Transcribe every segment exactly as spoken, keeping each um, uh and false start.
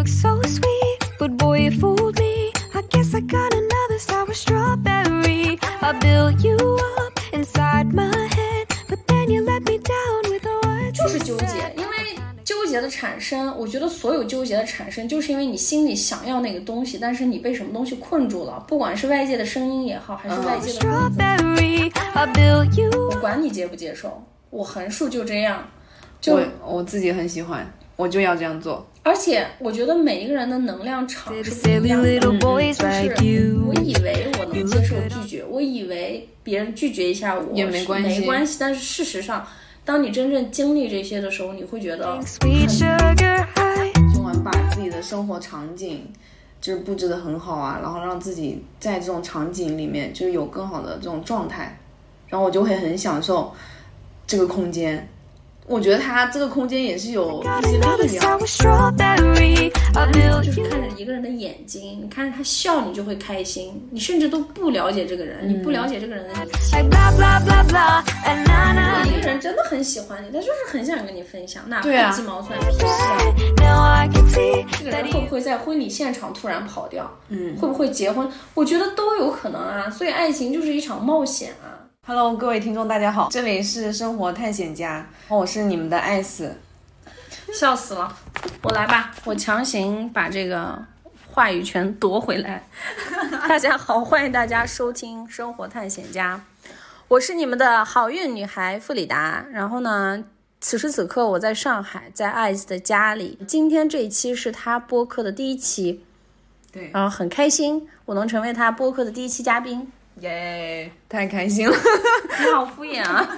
look so sweet, but boy you fooled me. I guess I got another sour strawberry. I built you up inside my head, but then you let me down with the words. 就是纠结，因为纠结的产生，我觉得所有纠结的产生，就是因为你心里想要那个东西，但是你被什么东西困住了，不管是外界的声音也好，还是外界的风景，我管你接不接受，我横竖就这样。就我我自己很喜欢，我就要这样做。 而且我觉得每一个人的能量场是不一样的，嗯、就是我以为我能接受拒绝，我以为别人拒绝一下我也没关系， 没关系，但是事实上，当你真正经历这些的时候，你会觉得很昨晚把自己的生活场景就是布置得很好啊，然后让自己在这种场景里面就有更好的这种状态，然后我就会很享受这个空间。我觉得它这个空间也是有一些力量， 就是看着一个人的眼睛，你看着他笑，你就会开心。你甚至都不了解这个人，嗯、你不了解这个人的语气。如果一个人真的很喜欢你，他就是很想跟你分享，哪怕鸡毛蒜皮。这个人会不会在婚礼现场突然跑掉？嗯，会不会结婚？我觉得都有可能啊。所以爱情就是一场冒险啊。 Hello， 各位听众，大家好，这里是生活探险家，我是你们的艾斯。 笑死了，我来吧，我强行把这个话语权夺回来。大家好，欢迎大家收听生活探险家，我是你们的好运女孩弗里达。然后呢，此时此刻我在上海，在艾斯的家里。今天这一期是他播客的第一期， 对， 然后很开心我能成为他播客的第一期嘉宾。 耶、yeah, 太开心了。 你好敷衍啊。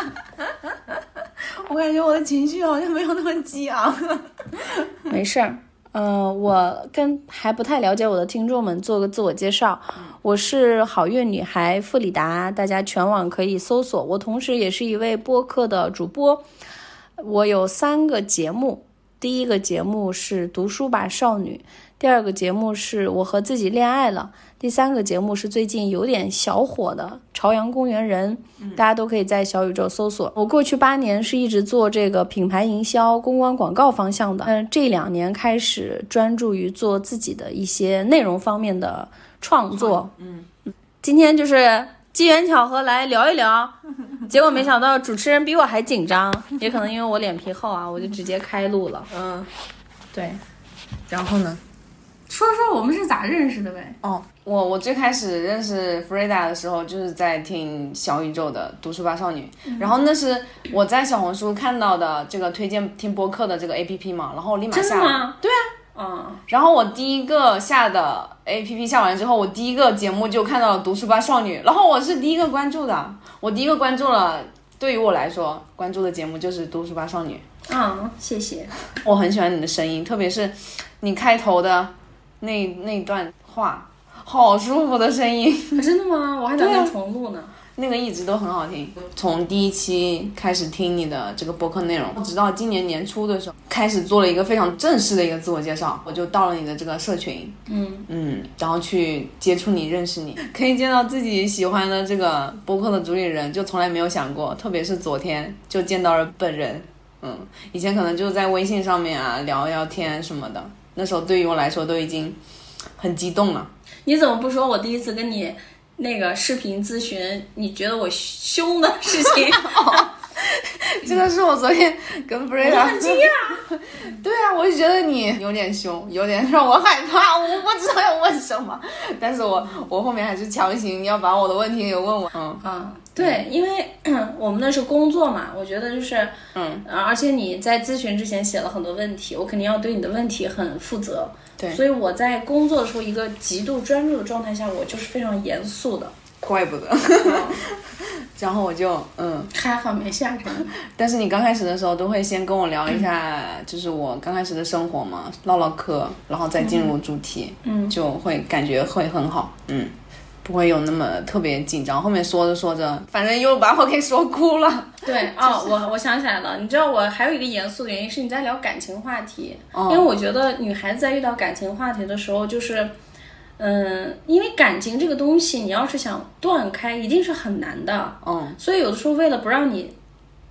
我感觉我的情绪好像没有那么激昂。 没事儿，呃，我跟还不太了解我的听众们做个自我介绍，我是好运女孩弗里达，大家全网可以搜索。我同时也是一位播客的主播，我有三个节目，第一个节目是读书吧少女，第二个节目是我和自己恋爱了，第三个节目是最近有点小火的朝阳公园人，大家都可以在小宇宙搜索。我过去八年是一直做这个品牌营销、公关广告方向的，但这两年开始专注于做自己的一些内容方面的创作。嗯，今天就是机缘巧合来聊一聊，结果没想到主持人比我还紧张，也可能因为我脸皮厚啊，我就直接开录了。 嗯， 对。 然后呢？ 说说我们是咋认识的呗？ 哦，我我最开始认识 Frida 的时候，就是在听小宇宙的读书吧少女、嗯、然后那是我在小红书看到的这个推荐听播客的这个 A P P 嘛，然后我立马下了。 真的吗？ 对啊。 嗯， 然后我第一个下的 A P P 下完之后，我第一个节目就看到了读书吧少女，然后我是第一个关注的，我第一个关注了，对于我来说关注的节目就是读书吧少女。 嗯，谢谢。 我很喜欢你的声音，特别是你开头的那那段话，好舒服的声音。 啊、真的吗？我还打算重录呢。 那个一直都很好听，从第一期开始听你的这个播客内容，直到今年年初的时候开始做了一个非常正式的一个自我介绍，我就到了你的这个社群， 嗯嗯，然后去接触你，认识你，可以见到自己喜欢的这个播客的主理人，就从来没有想过，特别是昨天就见到了本人，嗯，以前可能就在微信上面啊聊聊天什么的，那时候对于我来说都已经很激动了。 你怎么不说我第一次跟你那个视频咨询你觉得我凶的事情？ 哦，这个是我昨天跟 Frida 我很惊讶。 对啊，我就觉得你有点凶，有点让我害怕，我不知道要问什么，但是我我后面还是强行要把我的问题给问我。嗯嗯，对，因为我们那是工作嘛，我觉得就是嗯， 而且你在咨询之前写了很多问题，我肯定要对你的问题很负责。 对， 所以我在工作的时候一个极度专注的状态下，我就是非常严肃的。 怪不得。嗯、然后我就嗯， 还好没吓成。 但是你刚开始的时候都会先跟我聊一下，嗯、就是我刚开始的生活嘛，唠唠嗑，然后再进入主题， 嗯， 就会感觉会很好，嗯。不会有那么特别紧张，后面说着说着，反正又把我给说哭了。 对哦，我我想起来了，你知道我还有一个严肃的原因是你在聊感情话题， 哦、 因为我觉得女孩子在遇到感情话题的时候，就是，嗯，因为感情这个东西，你要是想断开，一定是很难的。 嗯， 所以有的时候为了不让你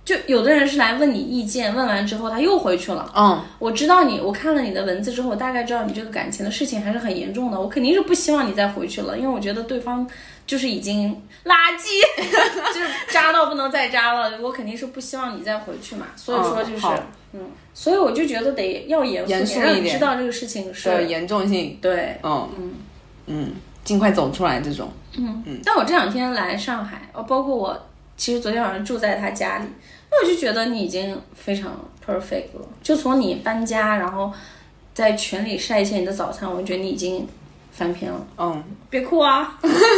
就有的人是来问你意见，问完之后他又回去了。 嗯， 我知道你，我看了你的文字之后，我大概知道你这个感情的事情还是很严重的。我肯定是不希望你再回去了，因为我觉得对方就是已经垃圾，就是渣到不能再渣了。我肯定是不希望你再回去嘛。所以说就是，嗯，嗯所以我就觉得得要严肃严肃一点， 让你知道这个事情是的严重性。 对， 嗯嗯嗯，尽快走出来这种。 嗯嗯。但我这两天来上海，哦，包括我。其实昨天晚上住在他家里，那我就觉得你已经非常 perfect 了。就从你搬家，然后在群里晒一些你的早餐，我觉得你已经翻篇了。 嗯， 别哭啊。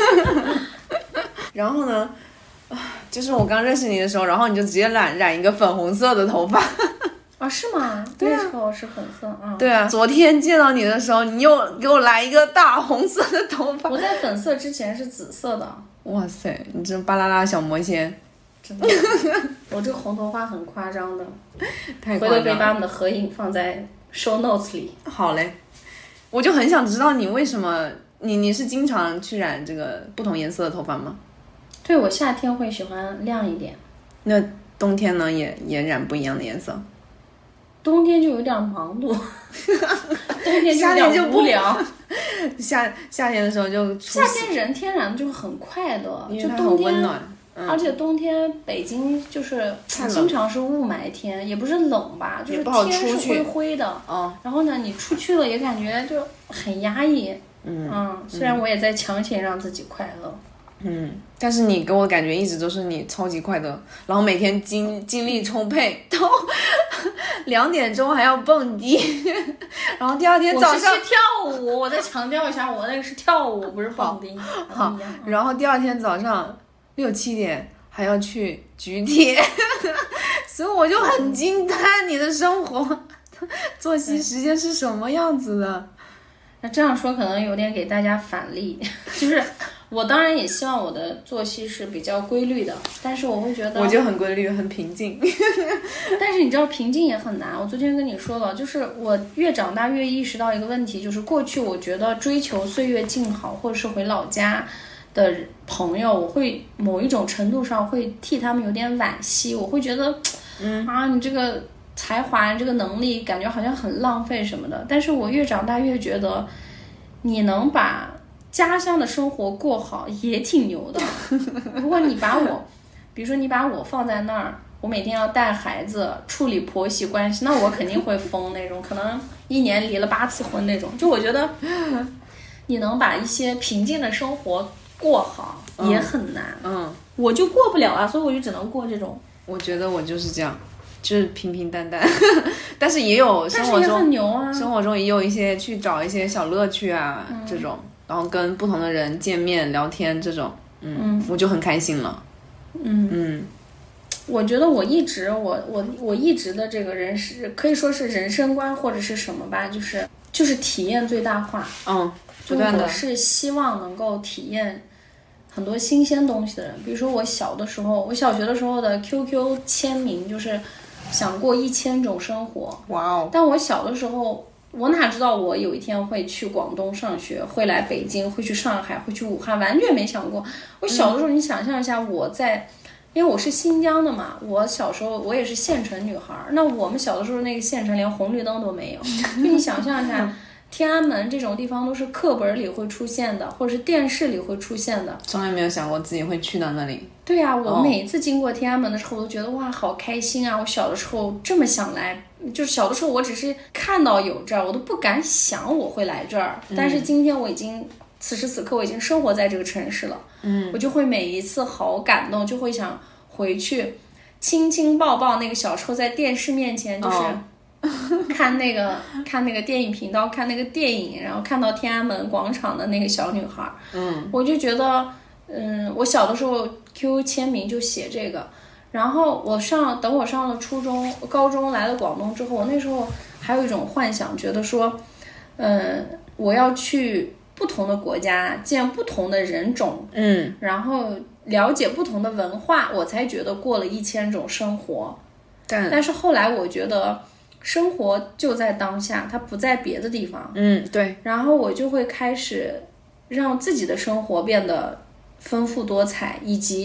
然后呢，就是我刚认识你的时候，然后你就直接染染一个粉红色的头发。 啊，是吗？ 对啊， 那时候是粉色啊。 对啊，昨天见到你的时候，你又给我来一个大红色的头发。 我在粉色之前是紫色的。 哇塞，你这巴啦啦小魔仙， 真的，我这个红头发很夸张的， 太夸张了。 回头可以把我们的合影放在 show notes 里。 好嘞，我就很想知道你为什么，你你是经常去染这个不同颜色的头发吗？ 对，我夏天会喜欢亮一点。 那冬天呢，也也染不一样的颜色？ 冬天就有点忙碌，冬天就有点无聊。 夏夏天的时候就夏天人天然就很快乐， 因为它很温暖。 嗯、而且冬天北京就是经常是雾霾天，也不是冷吧，就是天是灰灰的。 嗯， 然后呢，你出去了也感觉就很压抑。 嗯嗯，虽然我也在强行让自己快乐。 嗯，但是你给我感觉一直都是你超级快乐，然后每天精精力充沛，到两点钟还要蹦迪，然后第二天早上我是去跳舞。我再强调一下，我那个是跳舞，不是蹦迪。 好，好然后第二天早上六七点还要去举铁，所以我就很惊叹你的生活作息时间是什么样子的。 那这样说可能有点给大家反例，就是我当然也希望我的作息是比较规律的，但是我会觉得我就很规律很平静。 但是你知道平静也很难。我昨天跟你说了，就是我越长大越意识到一个问题，就是过去我觉得追求岁月静好或者是回老家的朋友，我会某一种程度上会替他们有点惋惜，我会觉得嗯啊你这个才华这个能力感觉好像很浪费什么的。但是我越长大越觉得你能把家乡的生活过好也挺牛的。如果你把我比如说你把我放在那儿，我每天要带孩子处理婆媳关系，那我肯定会疯那种，可能一年离了八次婚那种。就我觉得你能把一些平静的生活过好也很难。 嗯，嗯我就过不了啊，所以我就只能过这种。 我觉得我就是这样，就是平平淡淡，但是也有生活中， 但是也很牛啊， 生活中也有一些去找一些小乐趣啊、嗯、这种，然后跟不同的人见面聊天这种，嗯，嗯我就很开心了。 嗯嗯， 我觉得我一直我我我一直的这个人是可以说是人生观或者是什么吧，就是就是体验最大化。 嗯， 不断的，我是希望能够体验很多新鲜东西的人。比如说我小的时候，我小学的时候的 Q Q 签名就是想过一千种生活。 哇哦！ 但我小的时候，我哪知道我有一天会去广东上学，会来北京，会去上海，会去武汉，完全没想过。我小的时候，你想象一下，我在，因为我是新疆的嘛，我小时候我也是县城女孩，那我们小的时候那个县城连红绿灯都没有，就你想象一下。天安门这种地方都是课本里会出现的，或者是电视里会出现的， 从来没有想过自己会去到那里。 对啊，我每一次经过天安门的时候，我都觉得哇，好开心啊！我小的时候这么想来，就是小的时候我只是看到有这儿，我都不敢想我会来这儿。嗯、但是今天我已经，此时此刻我已经生活在这个城市了，嗯，我就会每一次好感动，就会想回去亲亲抱抱那个小时候在电视面前就是。哦看那个看那个电影频道看那个电影，然后看到天安门广场的那个小女孩，嗯，我就觉得，嗯，我小的时候 Q Q 签名就写这个，然后我上等我上了初中、高中来了广东之后，我那时候还有一种幻想，觉得说，嗯，我要去不同的国家见不同的人种，嗯，然后了解不同的文化，我才觉得过了一千种生活。但但是后来我觉得。生活就在当下，它不在别的地方。 嗯，对。 然后我就会开始让自己的生活变得丰富多彩，以及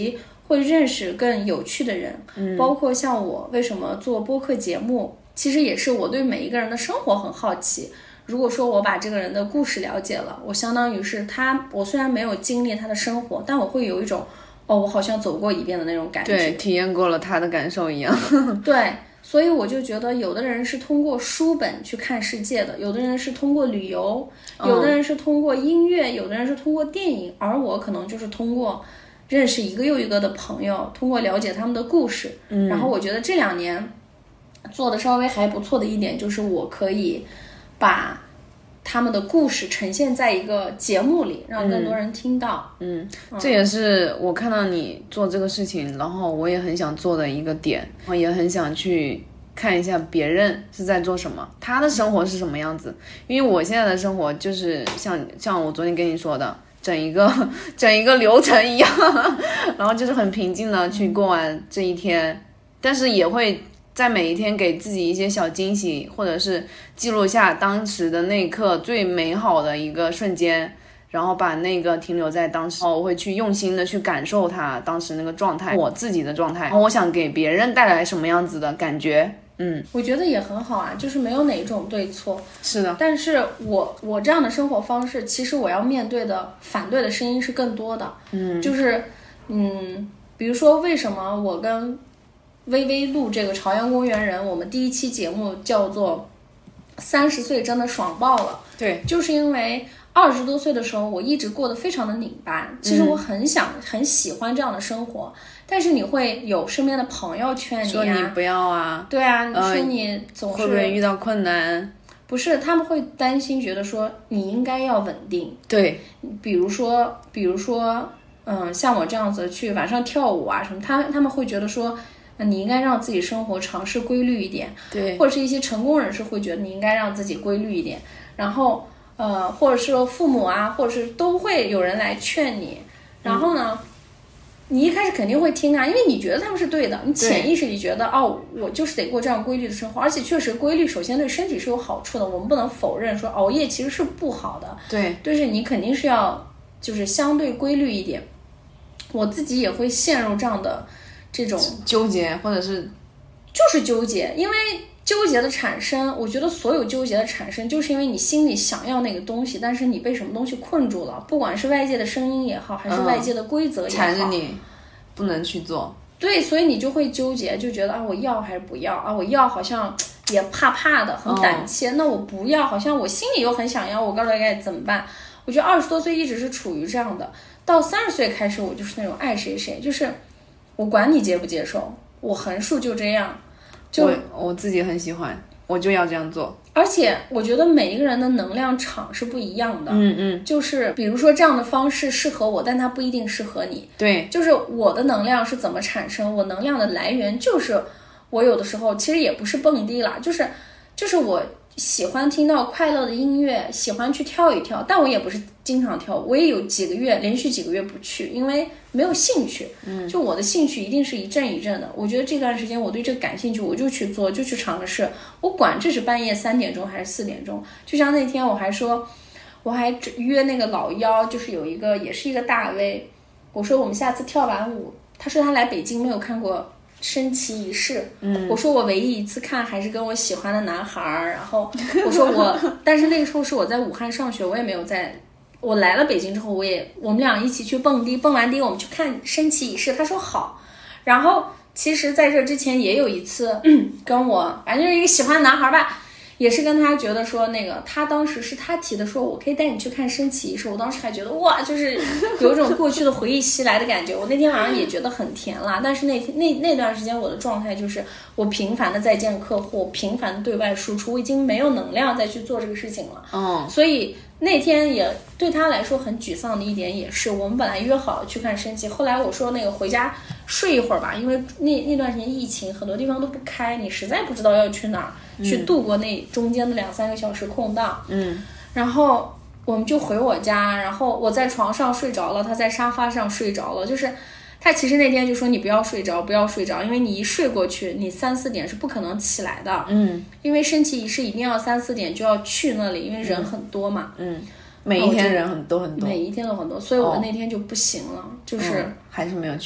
会认识更有趣的人。嗯，包括像我为什么做播客节目，其实也是我对每一个人的生活很好奇。如果说我把这个人的故事了解了，我相当于是他，我虽然没有经历他的生活，但我会有一种哦，我好像走过一遍的那种感觉， 对，体验过了他的感受一样。 对，所以我就觉得有的人是通过书本去看世界的，有的人是通过旅游，有的人是通过音乐，有的人是通过电影，而我可能就是通过认识一个又一个的朋友，通过了解他们的故事。嗯，然后我觉得这两年做的稍微还不错的一点就是我可以把他们的故事呈现在一个节目里，让更多人听到。 嗯，嗯这也是我看到你做这个事情，然后我也很想做的一个点，然后也很想去看一下别人是在做什么，他的生活是什么样子。因为我现在的生活就是像像我昨天跟你说的，整一个整一个流程一样，然后就是很平静的去过完这一天，但是也会在每一天给自己一些小惊喜，或者是记录下当时的那一刻最美好的一个瞬间，然后把那个停留在当时，我会去用心的去感受它当时那个状态，我自己的状态，然后我想给别人带来什么样子的感觉。嗯， 我觉得也很好啊，就是没有哪种对错。 是的， 但是我我这样的生活方式，其实我要面对的反对的声音是更多的。嗯，就是嗯，比如说为什么我跟微微录这个朝阳公园人，我们第一期节目叫做三十岁真的爽爆了。 对， 就是因为二十多岁的时候我一直过得非常的拧巴，其实我很想、嗯、很喜欢这样的生活，但是你会有身边的朋友劝你啊， 说你不要啊， 对啊，你说你总是、 呃、会不会遇到困难， 不是，他们会担心觉得说你应该要稳定。 对， 比如说比如说嗯，像我这样子去晚上跳舞啊什么，他他们会觉得说你应该让自己生活尝试规律一点， 对， 或者是一些成功人士会觉得你应该让自己规律一点，然后呃，或者是说父母啊，或者是都会有人来劝你，然后呢、嗯、你一开始肯定会听啊，因为你觉得他们是对的，你潜意识里觉得哦，我就是得过这样规律的生活，而且确实规律首先对身体是有好处的，我们不能否认说熬夜其实是不好的， 对， 就是你肯定是要就是相对规律一点。我自己也会陷入这样的这种纠结，或者是就是纠结，因为纠结的产生，我觉得所有纠结的产生就是因为你心里想要那个东西，但是你被什么东西困住了，不管是外界的声音也好，还是外界的规则也好， 缠着你不能去做。 对，所以你就会纠结，就觉得啊我要还是不要啊，我要好像也怕怕的，很胆怯、哦、那我不要好像我心里又很想要，我告诉你该怎么办。我觉得二十多岁一直是处于这样的，到三十岁开始我就是那种爱谁谁，就是我管你接不接受，我横竖就这样，就我, 我自己很喜欢，我就要这样做。 而且我觉得每一个人的能量场是不一样的， 嗯嗯， 就是比如说这样的方式适合我，但它不一定适合你。 对， 就是我的能量是怎么产生，我能量的来源就是我有的时候其实也不是蹦迪啦，就是就是我喜欢听到快乐的音乐，喜欢去跳一跳，但我也不是经常跳，我也有几个月连续几个月不去，因为没有兴趣。嗯，就我的兴趣一定是一阵一阵的，我觉得这段时间我对这个感兴趣，我就去做，就去尝试，我管这是半夜三点钟还是四点钟。就像那天我还说，我还约那个老幺，就是有一个也是一个大 V， 我说我们下次跳完舞，他说他来北京没有看过升旗仪式，嗯，我说我唯一一次看还是跟我喜欢的男孩，然后我说我，但是那个时候是我在武汉上学，我也没有在，我来了北京之后，我也我们俩一起去蹦迪，蹦完迪我们去看升旗仪式，他说好，然后其实在这之前也有一次、嗯、跟我反正就是一个喜欢的男孩吧，也是跟他觉得说那个他当时是他提的说我可以带你去看升旗仪式，我当时还觉得哇，就是有一种过去的回忆袭来的感觉，我那天晚上也觉得很甜啦，但是那那那段时间我的状态就是我频繁的在见客户，频繁的对外输出，我已经没有能量再去做这个事情了。嗯，所以那天也对他来说很沮丧的一点也是，我们本来约好了去看升旗，后来我说那个回家睡一会儿吧，因为那那段时间疫情很多地方都不开，你实在不知道要去哪儿、嗯、去度过那中间的两三个小时空档。嗯，然后我们就回我家，然后我在床上睡着了，他在沙发上睡着了，就是他其实那天就说你不要睡着不要睡着，因为你一睡过去你三四点是不可能起来的。嗯，因为升旗仪式一定要三四点就要去那里，因为人很多嘛。嗯，嗯， 每一天人很多很多， 每一天都很多，所以我那天就不行了、哦、就是、 嗯、还是没有去。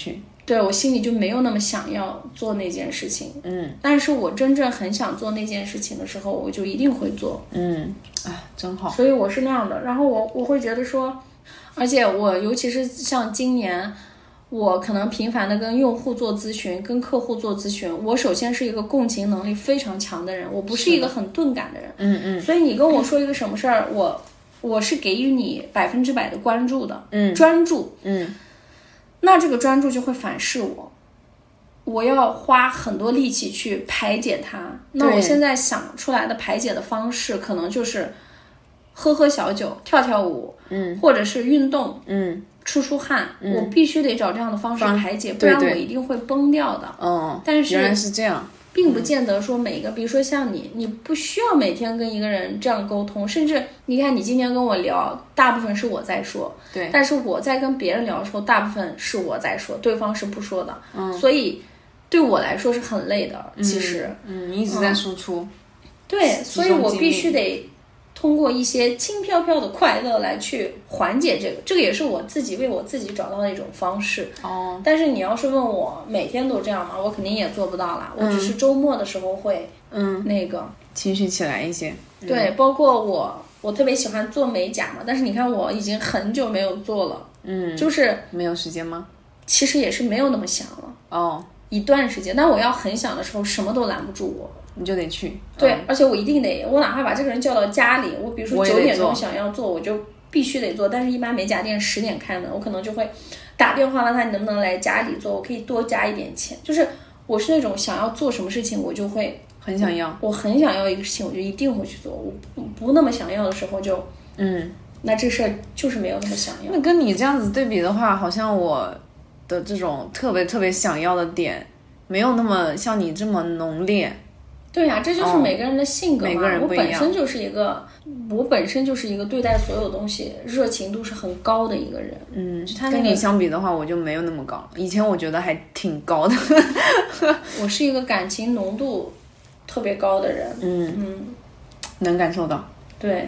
对，我心里就没有那么想要做那件事情。 嗯， 但是我真正很想做那件事情的时候，我就一定会做。 嗯，哎，真好。 所以我是那样的。然后我我会觉得说，而且我尤其是像今年，我可能频繁的跟用户做咨询，跟客户做咨询。我首先是一个共情能力非常强的人，我不是一个很钝感的人。 嗯嗯。 所以你跟我说一个什么事儿，我我是给予你百分之百的关注的， 嗯， 专注， 嗯。 那这个专注就会反噬我，我要花很多力气去排解它。那我现在想出来的排解的方式，可能就是喝喝小酒、跳跳舞， 嗯， 或者是运动， 嗯， 出出汗， 嗯、 我必须得找这样的方式排解，不然我一定会崩掉的。 哦， 但是原来是这样。 并不见得说每个，比如说像你，你不需要每天跟一个人这样沟通，甚至你看你今天跟我聊，大部分是我在说， 对， 但是我在跟别人聊的时候，大部分是我在说，对方是不说的， 嗯， 所以对我来说是很累的，其实， 嗯，你一直在输出， 嗯、对，所以我必须得通过一些轻飘飘的快乐来去缓解这个，这个也是我自己为我自己找到的一种方式。 哦， 但是你要是问我每天都这样吗？我肯定也做不到啦。我只是周末的时候会， 嗯， 那个情绪起来一些。 嗯、对，包括我，我特别喜欢做美甲嘛，但是你看我已经很久没有做了， 嗯， 就是没有时间吗？ 其实也是没有那么想了。 哦， 一段时间，但我要很想的时候，什么都拦不住我。 你就得去， 对、 嗯， 而且我一定得，我哪怕把这个人叫到家里，我比如说九点钟想要做，我就必须得做。但是，一般美甲店十点开门，我可能就会打电话问他，你能不能来家里做，我可以多加一点钱。就是我是那种想要做什么事情，我就会很想要， 我很想要一个事情，我就一定会去做。我不不那么想要的时候就， 嗯， 那这事儿就是没有那么想要。 那跟你这样子对比的话，好像我的这种特别特别想要的点，没有那么像你这么浓烈。 对呀、啊，这就是每个人的性格嘛。 哦、每个人不一样。 我本身就是一个，我本身就是一个对待所有东西热情度是很高的一个人。 嗯， 就他、那个、 跟你相比的话，我就没有那么高。以前我觉得还挺高的。 我是一个感情浓度特别高的人。 嗯嗯， 能感受到。 对。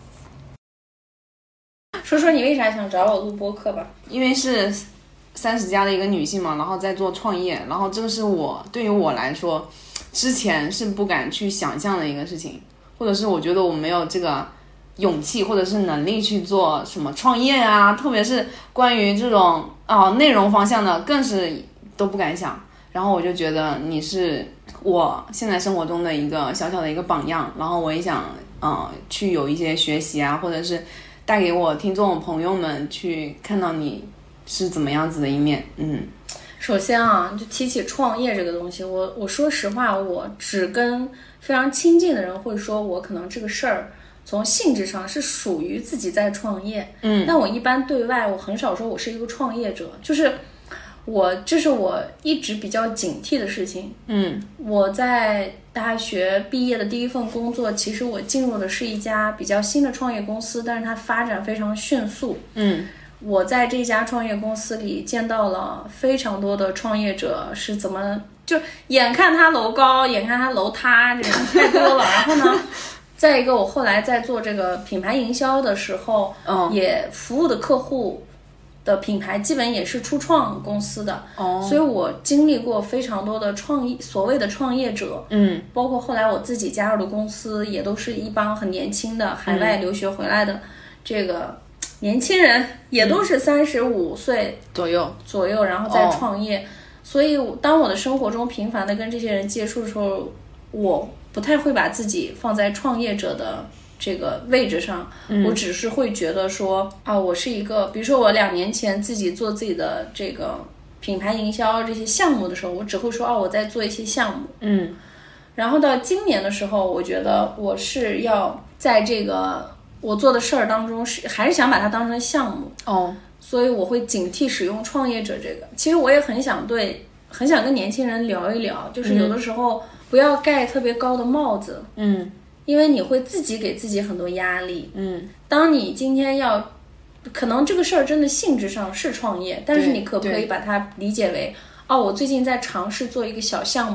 说说你为啥想找我录播客吧？ 因为是三十加的一个女性嘛，然后在做创业，然后这个是我对于我来说。之前是不敢去想象的一个事情，或者是我觉得我没有这个勇气或者是能力去做什么创业啊，特别是关于这种啊内容方向的，更是都不敢想。然后我就觉得你是我现在生活中的一个小小的一个榜样，然后我也想呃去有一些学习啊，或者是带给我听众朋友们去看到你是怎么样子的一面。嗯。 首先啊，就提起创业这个东西，我我说实话，我只跟非常亲近的人会说，我可能这个事儿从性质上是属于自己在创业， 嗯， 但我一般对外我很少说我是一个创业者，就是我这是我一直比较警惕的事情。 嗯， 我在大学毕业的第一份工作，其实我进入的是一家比较新的创业公司，但是它发展非常迅速。 嗯。 我在这家创业公司里见到了非常多的创业者是怎么就眼看他楼高眼看他楼塌，这种太多了。然后呢再一个我后来在做这个品牌营销的时候、 哦、 也服务的客户的品牌基本也是初创公司的、 哦、 所以我经历过非常多的创业所谓的创业者， 嗯， 包括后来我自己加入的公司也都是一帮很年轻的海外留学回来的这个年轻人，也都是三十五岁左右左右，然后再创业、哦、所以当我的生活中频繁的跟这些人接触的时候，我不太会把自己放在创业者的这个位置上、嗯、我只是会觉得说啊，我是一个，比如说我两年前自己做自己的这个品牌营销这些项目的时候，我只会说哦，我在做一些项目。 嗯， 然后到今年的时候，我觉得我是要在这个我做的事儿当中是还是想把它当成项目哦， 所以我会警惕使用创业者这个。其实我也很想对很想跟年轻人聊一聊，就是有的时候不要盖特别高的帽子， 嗯， 因为你会自己给自己很多压力。 嗯， 当你今天要可能这个事儿真的性质上是创业，但是你可不可以把它理解为哦，我最近在尝试做一个小项目，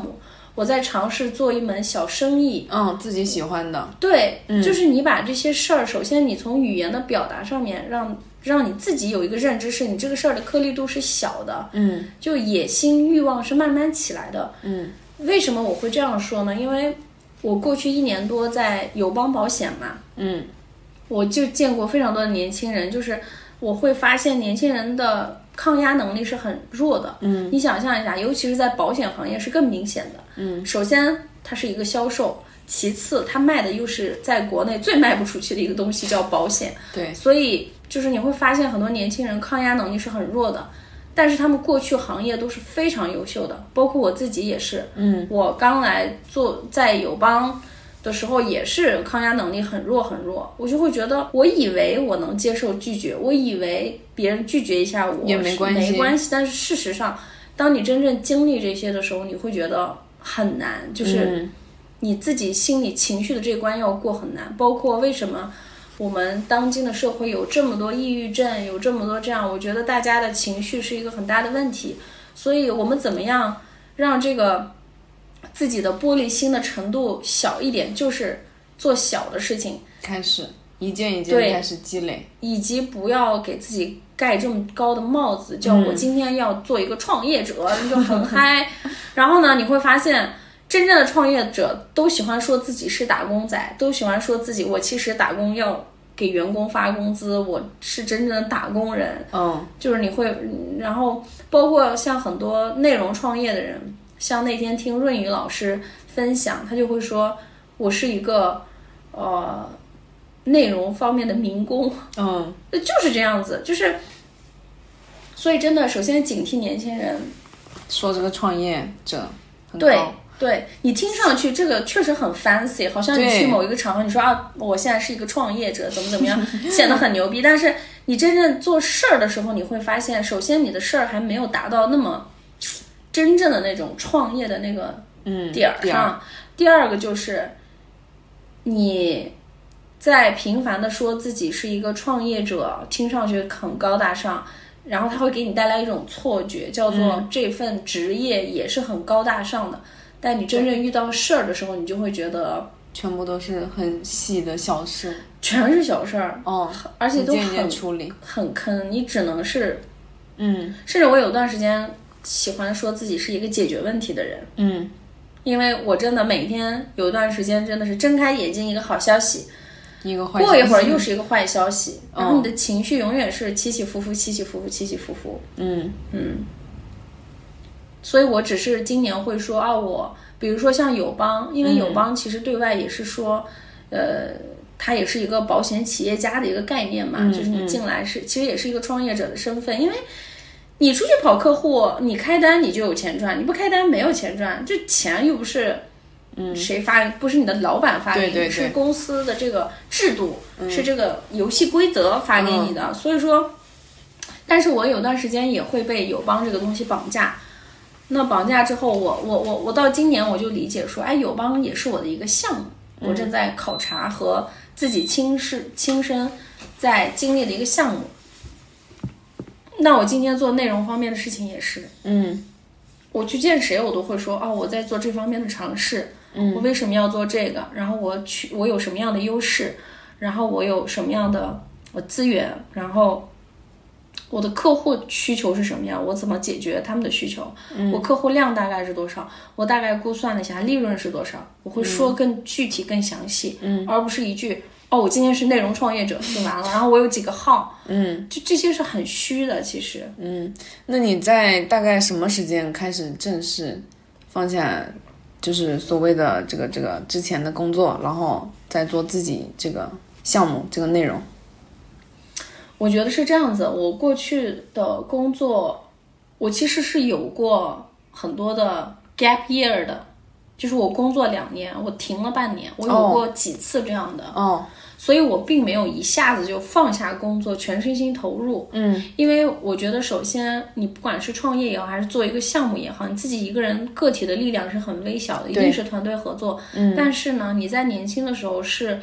我在尝试做一门小生意， 嗯，自己喜欢的， 对， 嗯、 就是你把这些事儿，首先你从语言的表达上面让让你自己有一个认知，是你这个事儿的颗粒度是小的， 嗯， 就野心欲望是慢慢起来的， 嗯， 为什么我会这样说呢？因为我过去一年多在友邦保险嘛， 嗯， 我就见过非常多的年轻人，就是我会发现年轻人的抗压能力是很弱的， 嗯， 你想象一下，尤其是在保险行业是更明显的， 嗯， 首先它是一个销售，其次它卖的又是在国内最卖不出去的一个东西叫保险， 对， 所以就是你会发现很多年轻人抗压能力是很弱的，但是他们过去行业都是非常优秀的，包括我自己也是， 嗯， 我刚来做在友邦的时候也是抗压能力很弱很弱，我就会觉得，我以为我能接受拒绝，我以为别人拒绝一下我也没关系， 没关系，但是事实上，当你真正经历这些的时候，你会觉得很难，就是你自己心理情绪的这关要过很难，包括为什么我们当今的社会有这么多抑郁症，有这么多这样，我觉得大家的情绪是一个很大的问题，所以我们怎么样让这个自己的玻璃心的程度小一点，就是做小的事情， 开始一件一件开始积累， 以及不要给自己盖这么高的帽子，叫我今天要做一个创业者，嗯、就很嗨。然后呢，你会发现，真正的创业者都喜欢说自己是打工仔，都喜欢说自己我其实打工要给员工发工资，我是真正的打工人。 嗯， 就是你会，然后包括像很多内容创业的人。像那天听润宇老师分享，他就会说我是一个呃内容方面的民工， 嗯， 就是这样子，就是所以真的，首先警惕年轻人说这个创业者很高， 对对，你听上去这个确实很 fancy， 好像你去某一个场合，你说啊，我现在是一个创业者，怎么怎么样，显得很牛逼，但是你真正做事儿的时候，你会发现，首先你的事儿还没有达到那么真正的那种创业的那个点儿上、嗯、第二个就是你在频繁的说自己是一个创业者，听上去很高大上，然后它会给你带来一种错觉，叫做这份职业也是很高大上的、嗯、但你真正遇到事儿的时候，你就会觉得全部都是很细的小事， 全是小事儿， 哦， 而且都很一件一件处理， 很坑，你只能是嗯， 甚至我有段时间喜欢说自己是一个解决问题的人， 嗯， 因为我真的每天有一段时间真的是睁开眼睛一个好消息， 一个坏消息， 过一会儿又是一个坏消息， 嗯、 然后你的情绪永远是起起伏伏，起起伏伏，起起伏伏， 嗯嗯。所以我只是今年会说啊，我比如说像友邦，因为友邦其实对外也是说，嗯、呃，它也是一个保险企业家的一个概念嘛， 嗯、 就是你进来是、嗯、其实也是一个创业者的身份，因为。你出去跑客户，你开单你就有钱赚，你不开单没有钱赚，这钱又不是，嗯，谁发，不是你的老板发给你， 对对对， 是公司的这个制度，嗯、是这个游戏规则发给你的，嗯、所以说，但是我有段时间也会被友邦这个东西绑架，那绑架之后，我我我我到今年我就理解说，哎，友邦也是我的一个项目，嗯、我正在考察和自己亲视亲身在经历的一个项目。那我今天做内容方面的事情也是， 嗯， 我去见谁我都会说，哦，我在做这方面的尝试， 嗯， 我为什么要做这个？然后我去，我有什么样的优势？然后我有什么样的我资源？然后我的客户需求是什么样？我怎么解决他们的需求？ 嗯、 我客户量大概是多少？我大概估算了一下利润是多少？我会说更具体、更详细， 嗯， 而不是一句。哦，我今天是内容创业者就完了，然后我有几个号， 嗯， 就这些是很虚的，其实， 嗯，那你在大概什么时间开始正式放下，就是所谓的这个这个之前的工作，然后再做自己这个项目这个内容？ 我觉得是这样子，我过去的工作，我其实是有过很多的 gap year 的。就是我工作两年，我停了半年，我有过几次这样的， 哦， 所以我并没有一下子就放下工作，全身心投入， 嗯， 因为我觉得首先你不管是创业也好，还是做一个项目也好，你自己一个人个体的力量是很微小的，一定是团队合作， 嗯， 但是呢，你在年轻的时候是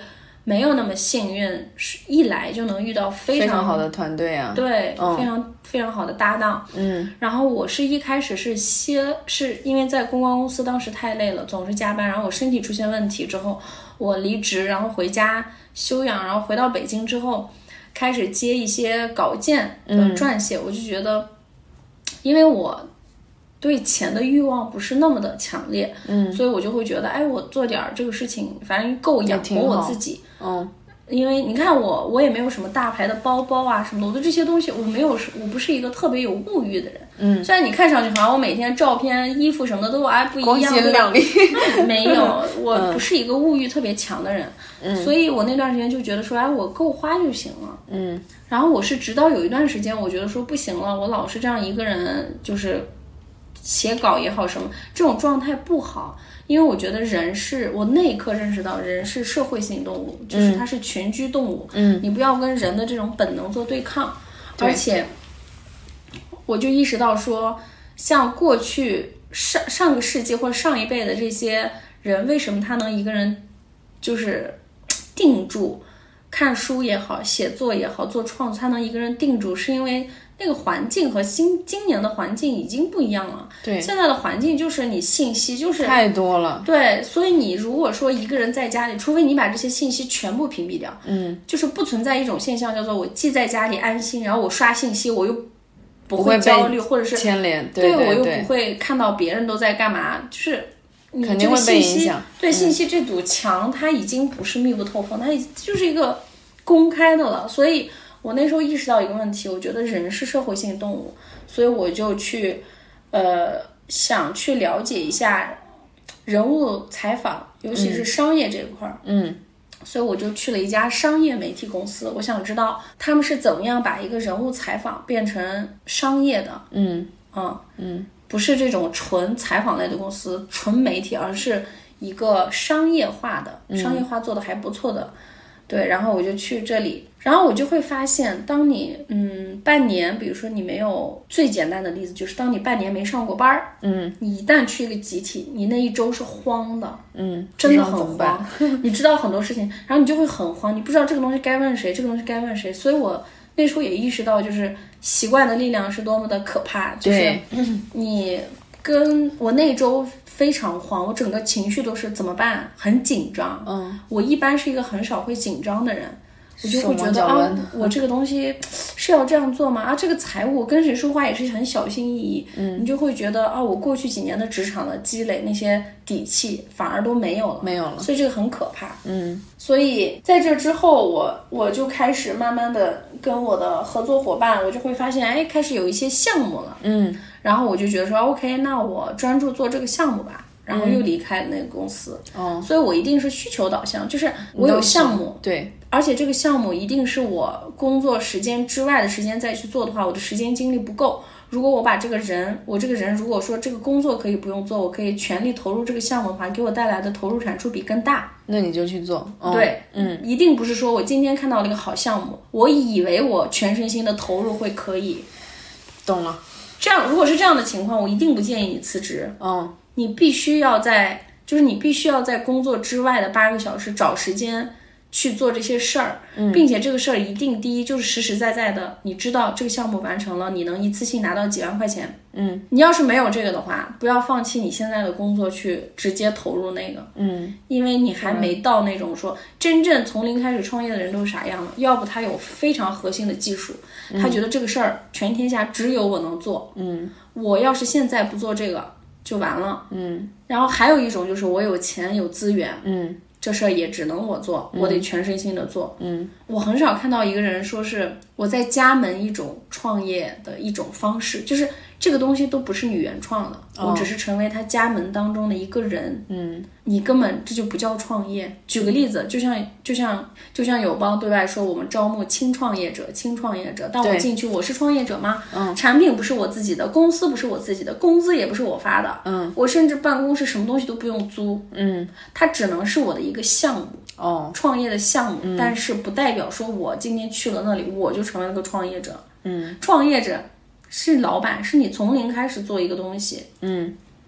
没有那么幸运，一来就能遇到非常, 非常好的团队啊， 对， 嗯、 非常非常好的搭档。 嗯， 然后我是一开始是歇，是因为在公关公司当时太累了，总是加班，然后我身体出现问题之后，我离职，然后回家休养，然后回到北京之后，开始接一些稿件的撰写，嗯、我就觉得，因为我对钱的欲望不是那么的强烈，嗯，所以我就会觉得，哎，我做点这个事情，反正够养活我自己， 嗯。 因为你看我，我也没有什么大牌的包包啊什么的，我对这些东西我没有，我不是一个特别有物欲的人。嗯，虽然你看上去好像我每天照片、衣服什么的都哎不一样， 光鲜亮丽， 没有，我不是一个物欲特别强的人。嗯，所以我那段时间就觉得说，哎，我够花就行了。嗯，然后我是直到有一段时间，我觉得说不行了，我老是这样一个人，就是写稿也好什么，这种状态不好。因为我觉得人是我那一刻认识到人是社会性动物，就是它是群居动物，嗯，你不要跟人的这种本能做对抗。而且我就意识到说，像过去上上个世纪或者上一辈的这些人，为什么他能一个人就是定住，看书也好，写作也好，做创作他能一个人定住，是因为那个环境和今今年的环境已经不一样了。 对， 现在的环境就是你信息就是太多了。 对，所以你如果说一个人在家里，除非你把这些信息全部屏蔽掉，嗯，就是不存在一种现象叫做我既在家里安心，然后我刷信息我又不会焦虑，或者是牵连，对对对， 我又不会看到别人都在干嘛，就是你肯定会被影响。 对，信息这堵墙它已经不是密不透风，它就是一个公开的了。所以我那时候意识到一个问题，我觉得人是社会性动物，所以我就去呃想去了解一下人物采访，尤其是商业这一块。嗯，所以我就去了一家商业媒体公司，我想知道他们是怎么样把一个人物采访变成商业的。嗯嗯嗯，不是这种纯采访类的公司，纯媒体，而是一个商业化的，嗯、商业化做的还不错的。对，然后我就去这里，然后我就会发现，当你嗯半年，比如说你没有，最简单的例子就是当你半年没上过班，嗯，你一旦去一个集体，你那一周是慌的，嗯，真的很慌，你知道很多事情，然后你就会很慌，你不知道这个东西该问谁，这个东西该问谁，所以我那时候也意识到，就是习惯的力量是多么的可怕，就是你跟我那周非常慌，我整个情绪都是怎么办，很紧张。嗯，我一般是一个很少会紧张的人，我就会觉得啊，我这个东西是要这样做吗？啊，这个财务跟谁说话也是很小心翼翼。嗯，你就会觉得啊，我过去几年的职场的积累那些底气反而都没有了， 没有了， 所以这个很可怕。嗯，所以在这之后，我我就开始慢慢的跟我的合作伙伴，我就会发现，哎，开始有一些项目了。嗯。然后我就觉得说 OK， 那我专注做这个项目吧，然后又离开了那个公司。哦、嗯，所以我一定是需求导向，就是我有项目， 对， 而且这个项目一定是我工作时间之外的时间再去做的话，我的时间精力不够。如果我把这个人，我这个人如果说这个工作可以不用做，我可以全力投入这个项目的话，给我带来的投入产出比更大， 那你就去做。哦、 对，嗯，一定不是说我今天看到了一个好项目，我以为我全身心的投入会可以， 懂了。 这样，如果是这样的情况，我一定不建议你辞职。嗯，你必须要在，就是你必须要在工作之外的八个小时找时间去做这些事儿，嗯，并且这个事儿一定第一就是实实在在的，你知道这个项目完成了，你能一次性拿到几万块钱。嗯，你要是没有这个的话，不要放弃你现在的工作去直接投入那个。嗯，因为你还没到那种说真正从零开始创业的人都是啥样的，要不他有非常核心的技术，他觉得这个事儿全天下只有我能做。嗯，我要是现在不做这个就完了。嗯，然后还有一种就是我有钱有资源。嗯。这事儿也只能我做，我得全身心的做。嗯，我很少看到一个人说是我在加盟一种创业的一种方式，就是这个东西都不是你原创的，哦、我只是成为他加盟当中的一个人。嗯，你根本这就不叫创业。举个例子，就像就像就像友邦对外说我们招募轻创业者，轻创业者，但我进去我是创业者吗？嗯，产品不是我自己的，公司不是我自己的，工资也不是我发的。嗯，我甚至办公室什么东西都不用租。嗯，它只能是我的一个项目。哦，创业的项目，嗯、但是不代表说我今天去了那里我就成为了个创业者。嗯，创业者是老板，是你从零开始做一个东西。嗯，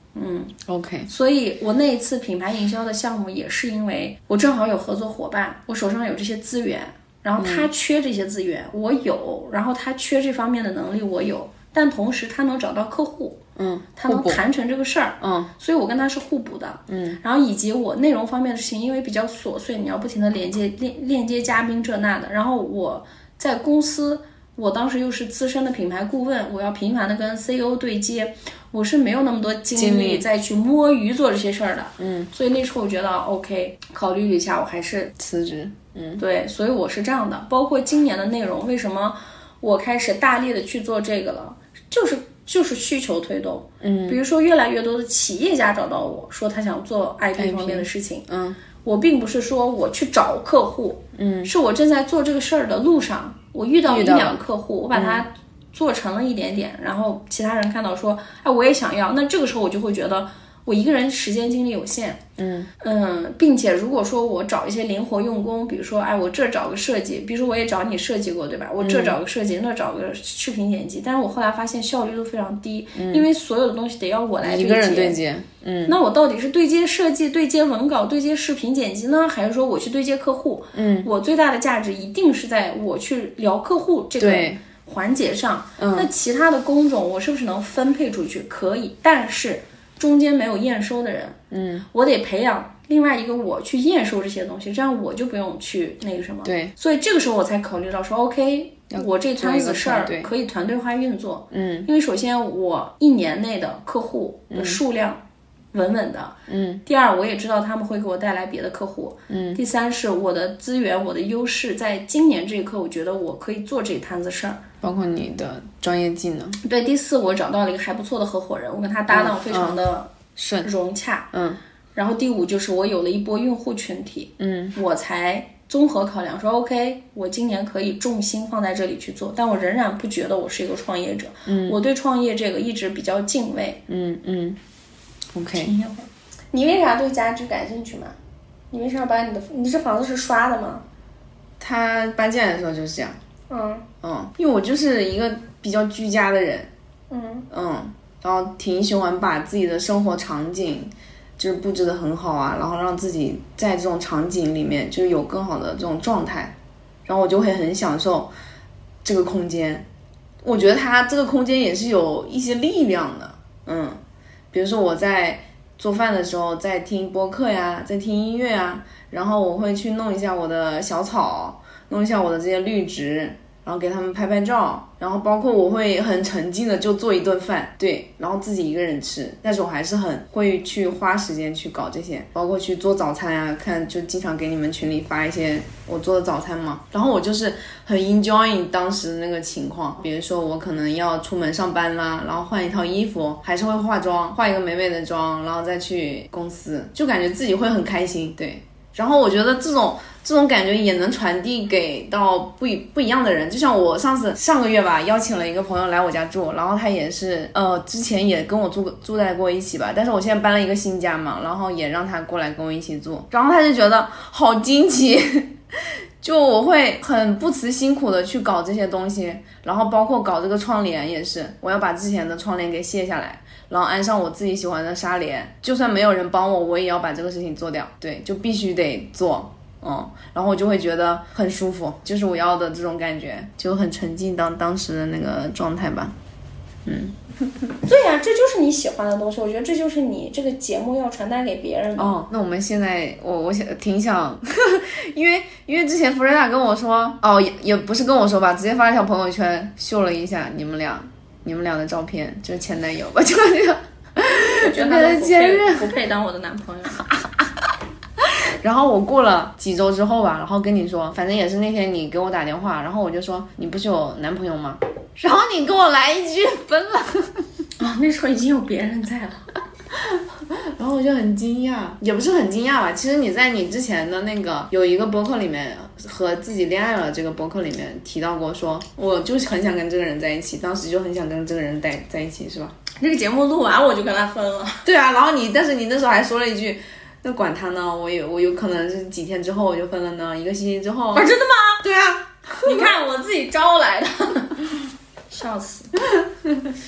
嗯 OK， 所以我那一次品牌营销的项目也是因为我正好有合作伙伴，我手上有这些资源，然后他缺这些资源，嗯、我有，然后他缺这方面的能力，我有，但同时他能找到客户， 嗯， 他能谈成这个事儿， 嗯， 所以我跟他是互补的，嗯，然后以及我内容方面的事情，因为比较琐碎，你要不停的连接链链接嘉宾这那的，然后我在公司。我当时又是资深的品牌顾问，我要频繁的跟 C E O 对接，我是没有那么多精力再去摸鱼做这些事儿的。嗯，所以那时候我觉得 OK， 考虑了一下，我还是辞职。嗯， 对，所以我是这样的。包括今年的内容，为什么我开始大力的去做这个了，就是就是需求推动。嗯，比如说越来越多的企业家找到我说他想做 I P 方面的事情。嗯，我并不是说我去找客户，嗯，是我正在做这个事儿的路上。我遇到一两个客户，我把它做成了一点点，嗯、然后其他人看到说，哎，我也想要，那这个时候我就会觉得我一个人时间精力有限，嗯嗯，并且如果说我找一些灵活用工，比如说，哎，我这找个设计，比如说我也找你设计过，对吧？我这找个设计，嗯、那找个视频剪辑，但是我后来发现效率都非常低，嗯、因为所有的东西得要我来对接， 一个人对接，嗯， 那我到底是对接设计、对接文稿、对接视频剪辑呢，还是说我去对接客户？嗯，我最大的价值一定是在我去聊客户这个环节上。嗯，那其他的工种我是不是能分配出去？可以，但是中间没有验收的人，嗯，我得培养另外一个我去验收这些东西，这样我就不用去那个什么。 对， 所以这个时候我才考虑到说 ，OK， 我这摊子事儿可以团队化运作。嗯，因为首先我一年内的客户的数量。嗯稳稳的，嗯。第二，我也知道他们会给我带来别的客户，嗯。第三是我的资源，我的优势，在今年这一刻，我觉得我可以做这一摊子事儿， 包括你的专业技能。 对，第四，我找到了一个还不错的合伙人，我跟他搭档非常的顺融洽， 嗯。 然后第五就是我有了一波用户群体，嗯，我才综合考量说 OK， 我今年可以重心放在这里去做，但我仍然不觉得我是一个创业者，嗯，我对创业这个一直比较敬畏， 嗯嗯。OK， 你为啥对家居感兴趣吗？你为啥把你的你这房子是刷的吗？ 他搬进来的时候就是这样。 嗯嗯，因为我就是一个比较居家的人。 嗯嗯，然后挺喜欢把自己的生活场景就是布置得很好啊，然后让自己在这种场景里面就是有更好的这种状态，然后我就会很享受这个空间。我觉得它这个空间也是有一些力量的，嗯。比如说我在做饭的时候在听播客呀，在听音乐啊，然后我会去弄一下我的小草，弄一下我的这些绿植，然后给他们拍拍照，然后包括我会很沉浸的就做一顿饭，对，然后自己一个人吃，但是我还是很会去花时间去搞这些，包括去做早餐啊，看就经常给你们群里发一些我做的早餐嘛，然后我就是很 enjoy 当时的那个情况，比如说我可能要出门上班啦，然后换一套衣服，还是会化妆，化一个美美的妆，然后再去公司，就感觉自己会很开心，对。然后我觉得这种这种感觉也能传递给到不一不一样的人，就像我上次上个月吧，邀请了一个朋友来我家住，然后他也是呃之前也跟我住住在过一起吧，但是我现在搬了一个新家嘛，然后也让他过来跟我一起住，然后他就觉得好惊奇，就我会很不辞辛苦的去搞这些东西，然后包括搞这个窗帘也是，我要把之前的窗帘给卸下来，然后安上我自己喜欢的纱帘，就算没有人帮我，我也要把这个事情做掉，对，就必须得做，嗯，然后我就会觉得很舒服，就是我要的这种感觉，就很沉浸到当时的那个状态吧，嗯， 对呀、啊，这就是你喜欢的东西，我觉得这就是你这个节目要传达给别人的。 哦，那我们现在我我想挺想，呵呵因为因为之前福瑞娜跟我说，哦也也不是跟我说吧，直接发一条朋友圈秀了一下你们俩。你们俩的照片就是前男友吧，就这样。 我觉得他的前任不配当我的男朋友。 然后我过了几周之后吧，然后跟你说，反正也是那天你给我打电话，然后我就说你不是有男朋友吗？然后你跟我来一句分了。 啊、哦，那时候已经有别人在了。 然后我就很惊讶，也不是很惊讶吧。其实你在你之前的那个有一个播客里面和自己恋爱了这个播客里面提到过说，我就是很想跟这个人在一起，当时就很想跟这个人在在一起，是吧？ 这个节目录完我就跟他分了。 对啊，然后你但是你那时候还说了一句，那管他呢，我有我有可能是几天之后我就分了呢，一个星期之后。 啊，真的吗？ 对啊， 你看我自己招来的，笑死。我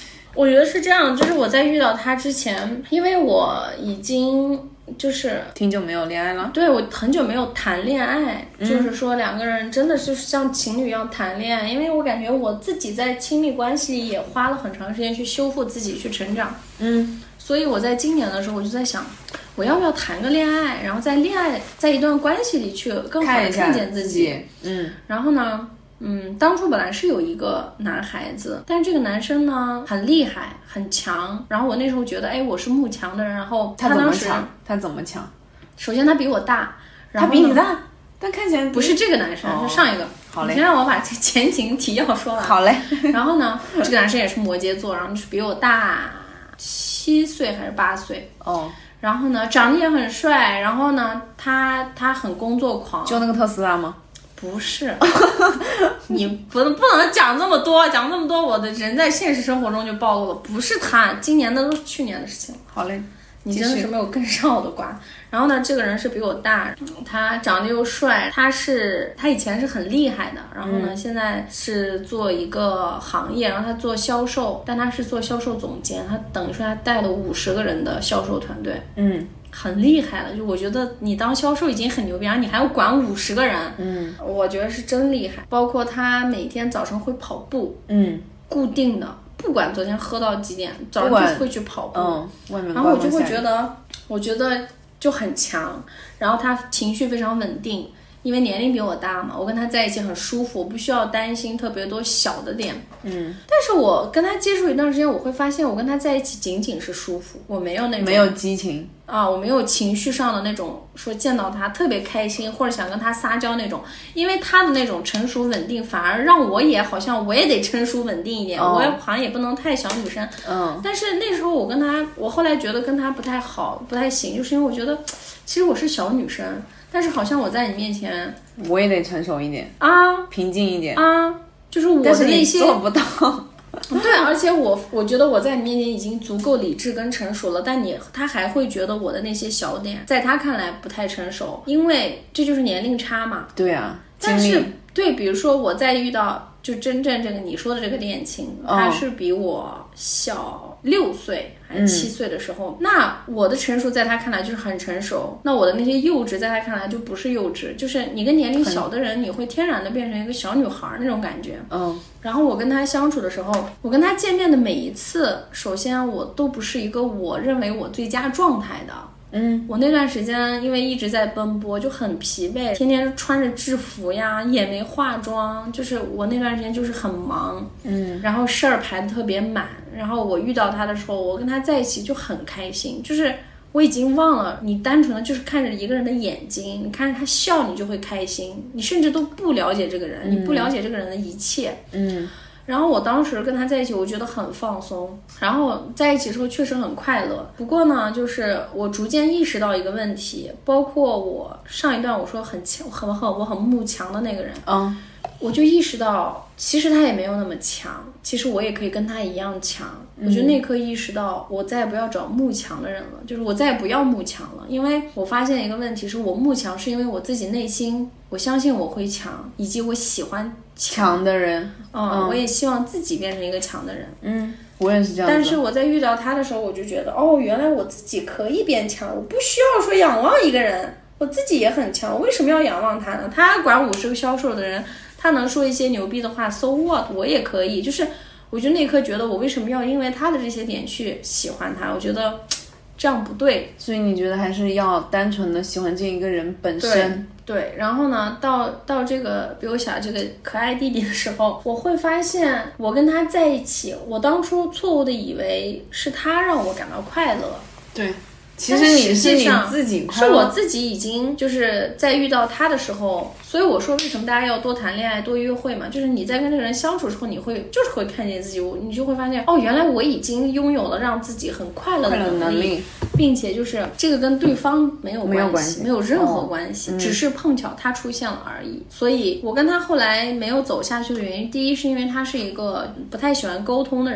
我觉得是这样，就是我在遇到他之前，因为我已经就是挺久没有恋爱了， 对，我很久没有谈恋爱，嗯、就是说两个人真的就是像情侣一样谈恋爱，因为我感觉我自己在亲密关系里也花了很长时间去修复自己，去成长， 嗯， 所以我在今年的时候我就在想，我要不要谈个恋爱，然后在恋爱在一段关系里去更好的看见自己， 嗯， 然后呢。嗯，当初本来是有一个男孩子，但是这个男生呢很厉害很强，然后我那时候觉得，哎，我是慕强的人，然后他当时怎么强？他怎么强？ 首先他比我大，然后他比你大，但看起来不是这个男生， 哦、 是上一个。 好嘞， 你先让我把这前情提要说完。 好嘞。 然后呢，这个男生也是摩羯座，然后是比我大七岁还是八岁哦。 然后呢，长得也很帅，然后呢，他他很工作狂。 就那个特斯拉吗？ 不是，你不能不能讲这么多，讲这么多，我的人在现实生活中就暴露了，不是他，今年的都是去年的事情。 好嘞， 你真的是没有跟上我的瓜。然后呢，这个人是比我大，他长得又帅，他是他以前是很厉害的，然后呢，嗯、现在是做一个行业，然后他做销售，但他是做销售总监，他等于说他带了五十个人的销售团队， 嗯。 很厉害了，就我觉得你当销售已经很牛逼，然后你还要管五十个人， 嗯， 我觉得是真厉害。包括他每天早上会跑步， 嗯， 固定的，不管昨天喝到几点，早上就会去跑步， 嗯，外面然后我就会觉得，我觉得就很强，然后他情绪非常稳定。因为年龄比我大嘛，我跟他在一起很舒服，我不需要担心特别多小的点。 嗯， 但是我跟他接触一段时间，我会发现我跟他在一起仅仅是舒服，我没有那种没有激情啊，我没有情绪上的那种说见到他特别开心或者想跟他撒娇那种，因为他的那种成熟稳定反而让我也好像我也得成熟稳定一点，哦、我也好像也不能太小女生。 嗯， 但是那时候我跟他，我后来觉得跟他不太好，不太行，就是因为我觉得其实我是小女生。但是好像我在你面前， 我也得成熟一点啊， 平静一点啊，就是我的那些做不到。 对，而且我我觉得我在你面前已经足够理智跟成熟了，但你他还会觉得我的那些小点，在他看来不太成熟，因为这就是年龄差嘛。 对啊， 但是对，比如说我在遇到就真正这个你说的这个恋情， 哦、 他是比我小六岁。七岁的时候、嗯，那我的成熟在他看来就是很成熟，那我的那些幼稚在他看来就不是幼稚，就是你跟年龄小的人，你会天然的变成一个小女孩那种感觉。 嗯， 然后我跟他相处的时候，我跟他见面的每一次，首先我都不是一个我认为我最佳状态的。 嗯， 我那段时间因为一直在奔波，就很疲惫，天天穿着制服呀，也没化妆，就是我那段时间就是很忙， 嗯， 然后事儿排得特别满，然后我遇到他的时候，我跟他在一起就很开心，就是我已经忘了你单纯的就是看着一个人的眼睛，你看着他笑你就会开心，你甚至都不了解这个人， 嗯、 你不了解这个人的一切， 嗯。 然后我当时跟他在一起，我觉得很放松，然后在一起之后确实很快乐。不过呢，就是我逐渐意识到一个问题，包括我上一段我说很强、很很我很慕强的那个人， 嗯， 我就意识到其实他也没有那么强，其实我也可以跟他一样强。我就那刻意识到，我再也不要找慕强的人了，就是我再也不要慕强了，因为我发现一个问题，是我慕强是因为我自己内心我相信我会强，以及我喜欢强的人， 嗯，嗯我也希望自己变成一个强的人， 嗯，我也是这样子。 但是我在遇到他的时候，我就觉得，哦，原来我自己可以变强，我不需要说仰望一个人，我自己也很强，我为什么要仰望他呢？他管五十个销售的人，他能说一些牛逼的话 ，so what， 我也可以。就是我就那一刻觉得，我为什么要因为他的这些点去喜欢他？我觉得这样不对。 所以你觉得还是要单纯的喜欢这一个人本身？ 对，对，然后呢，到到这个比我小这个可爱弟弟的时候，我会发现我跟他在一起，我当初错误的以为是他让我感到快乐。 对。其实你是你自己快乐， 是我自己已经就是在遇到他的时候，所以我说为什么大家要多谈恋爱多约会嘛，就是你在跟这个人相处的时候，你会就是会看见自己，你就会发现哦，原来我已经拥有了让自己很快乐的能力， 能力并且就是这个跟对方没有关系， 没有关系， 没有任何关系， 哦嗯、 只是碰巧他出现了而已。所以我跟他后来没有走下去的原因，第一是因为他是一个不太喜欢沟通的人。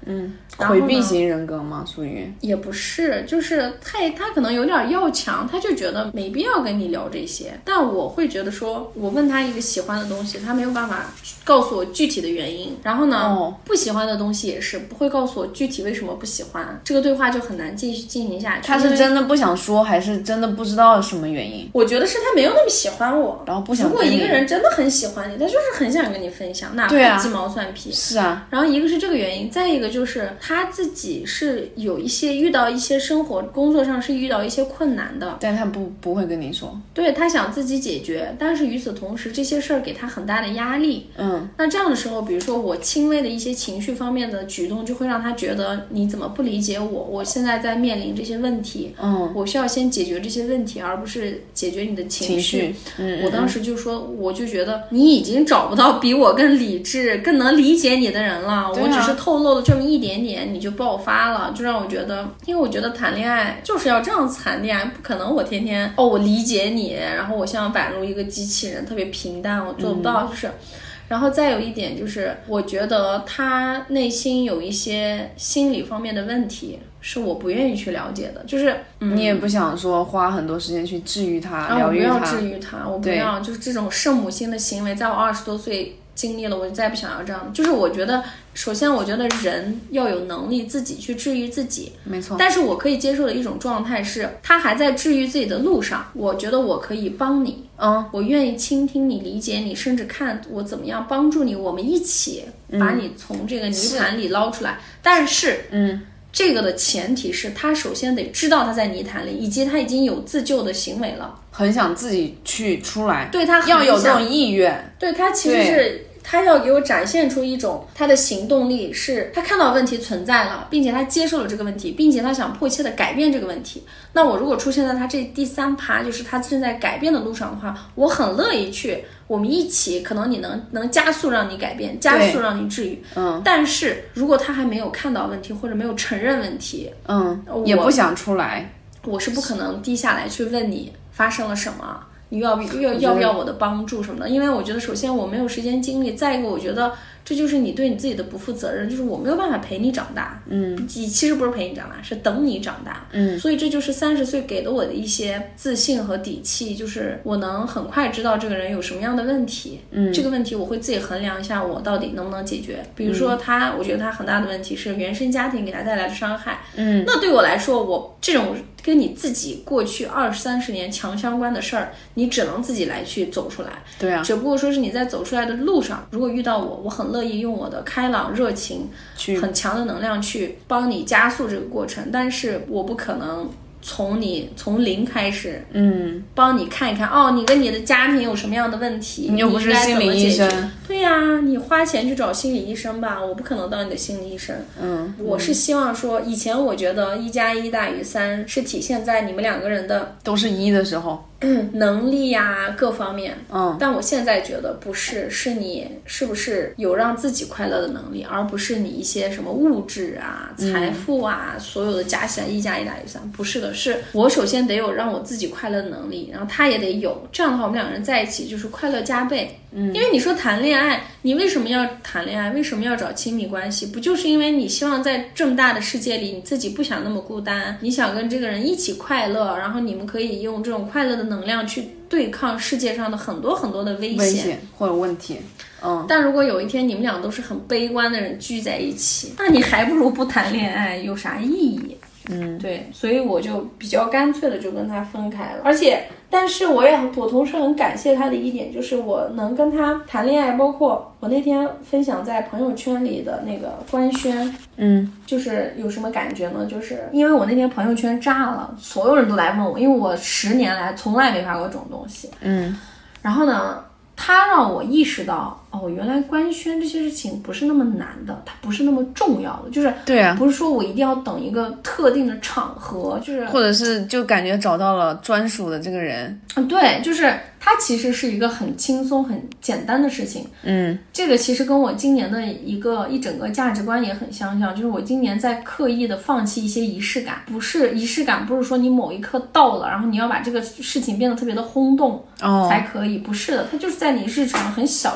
嗯，回避型人格吗？属于也不是，就是他他可能有点要强，他就觉得没必要跟你聊这些。但我会觉得说，我问他一个喜欢的东西，他没有办法告诉我具体的原因。然后呢，哦、不喜欢的东西也是不会告诉我具体为什么不喜欢。这个对话就很难继续进行下去。 他是真的不想说，还是真的不知道什么原因？ 我觉得是他没有那么喜欢我， 然后不想。 如果一个人真的很喜欢你，他就是很想跟你分享，哪怕鸡毛蒜皮。 是啊。 然后一个是这个原因，再一个就是他自己是有一些遇到一些生活工作上是遇到一些困难的， 但他不不会跟你说。 对，他想自己解决，但是与此同时这些事儿给他很大的压力。 嗯， 那这样的时候，比如说我轻微的一些情绪方面的举动，就会让他觉得你怎么不理解我？我现在在面临这些问题， 嗯， 我需要先解决这些问题，而不是解决你的情绪。 情绪嗯， 我当时就说，我就觉得你已经找不到比我更理智、更能理解你的人了。啊、我只是透露了这么一点点，你就爆发了，就让我觉得，因为我觉得谈恋爱就是要这样谈恋爱，不可能我天天哦我理解你，然后我像宛如一个机器人，特别平淡，我做不到，嗯、就是。然后再有一点就是，我觉得他内心有一些心理方面的问题，是我不愿意去了解的，就是、嗯、 你也不想说花很多时间去治愈他、疗愈他。 我不要治愈他，我不要，就是这种圣母心的行为，在我二十多岁经历了，我就再不想要这样。就是我觉得，首先我觉得人要有能力自己去治愈自己， 没错。 但是我可以接受的一种状态是，他还在治愈自己的路上，我觉得我可以帮你， 嗯， 我愿意倾听你、理解你，甚至看我怎么样帮助你，我们一起把你从这个泥潭里捞出来。嗯、但是， 嗯。 这个的前提是他首先得知道他在泥潭里，以及他已经有自救的行为了， 很想自己去出来， 对他要有这种意愿， 对他其实是他要给我展现出一种他的行动力，是他看到问题存在了，并且他接受了这个问题，并且他想迫切的改变这个问题。那我如果出现在他这第三趴，就是他正在改变的路上的话，我很乐意去，我们一起，可能你能能加速让你改变，加速让你治愈。 嗯， 但是如果他还没有看到问题，或者没有承认问题， 嗯，也不想出来， 我是不可能低下来去问你发生了什么，你要不要要不要我的帮助什么的。因为我觉得首先我没有时间精力，再一个我觉得这就是你对你自己的不负责任，就是我没有办法陪你长大， 嗯， 其实不是陪你长大，是等你长大， 嗯， 所以这就是三十岁给了我的一些自信和底气，就是我能很快知道这个人有什么样的问题， 嗯， 这个问题我会自己衡量一下我到底能不能解决。比如说他，嗯、我觉得他很大的问题是原生家庭给他带来的伤害， 嗯， 那对我来说，我这种跟你自己过去二三十年强相关的事儿，你只能自己来去走出来， 对啊， 只不过说是你在走出来的路上，如果遇到我，我很乐意用我的开朗、热情、很强的能量去帮你加速这个过程，但是我不可能从你从零开始， 嗯， 帮你看一看，哦，你跟你的家庭有什么样的问题， 你又不是心理医生， 对呀、啊，你花钱去找心理医生吧，我不可能当你的心理医生， 嗯， 我是希望说，以前我觉得一加一大于三是体现在你们两个人的都是一的时候。 能力呀、啊，各方面， 嗯， 但我现在觉得不是，是你是不是有让自己快乐的能力，而不是你一些什么物质啊、财富啊，嗯、所有的加起来一加一大于三，不是的，是我首先得有让我自己快乐的能力，然后他也得有，这样的话我们两个人在一起就是快乐加倍。嗯，因为你说谈恋爱，你为什么要谈恋爱？为什么要找亲密关系？不就是因为你希望在这么大的世界里，你自己不想那么孤单，你想跟这个人一起快乐，然后你们可以用这种快乐的能量去对抗世界上的很多很多的危险, 危险或者问题。嗯， 但如果有一天你们俩都是很悲观的人聚在一起，那你还不如不谈恋爱，有啥意义？ 嗯， 对，所以我就比较干脆的就跟他分开了。而且，但是我也我同时很感谢他的一点，就是我能跟他谈恋爱，包括我那天分享在朋友圈里的那个官宣， 嗯， 就是有什么感觉呢？就是因为我那天朋友圈炸了，所有人都来问我，因为我十年来从来没发过这种东西， 嗯， 然后呢，他让我意识到，哦，原来官宣这些事情不是那么难的，它不是那么重要的，就是对啊， 不是说我一定要等一个特定的场合，就是或者是就感觉找到了专属的这个人， 嗯，对，就是它其实是一个很轻松、很简单的事情。 嗯， 这个其实跟我今年的一个一整个价值观也很相像，就是我今年在刻意的放弃一些仪式感，不是仪式感，不是说你某一刻到了，然后你要把这个事情变得特别的轰动、哦、才可以，不是的，它就是在你日常很小的事儿里。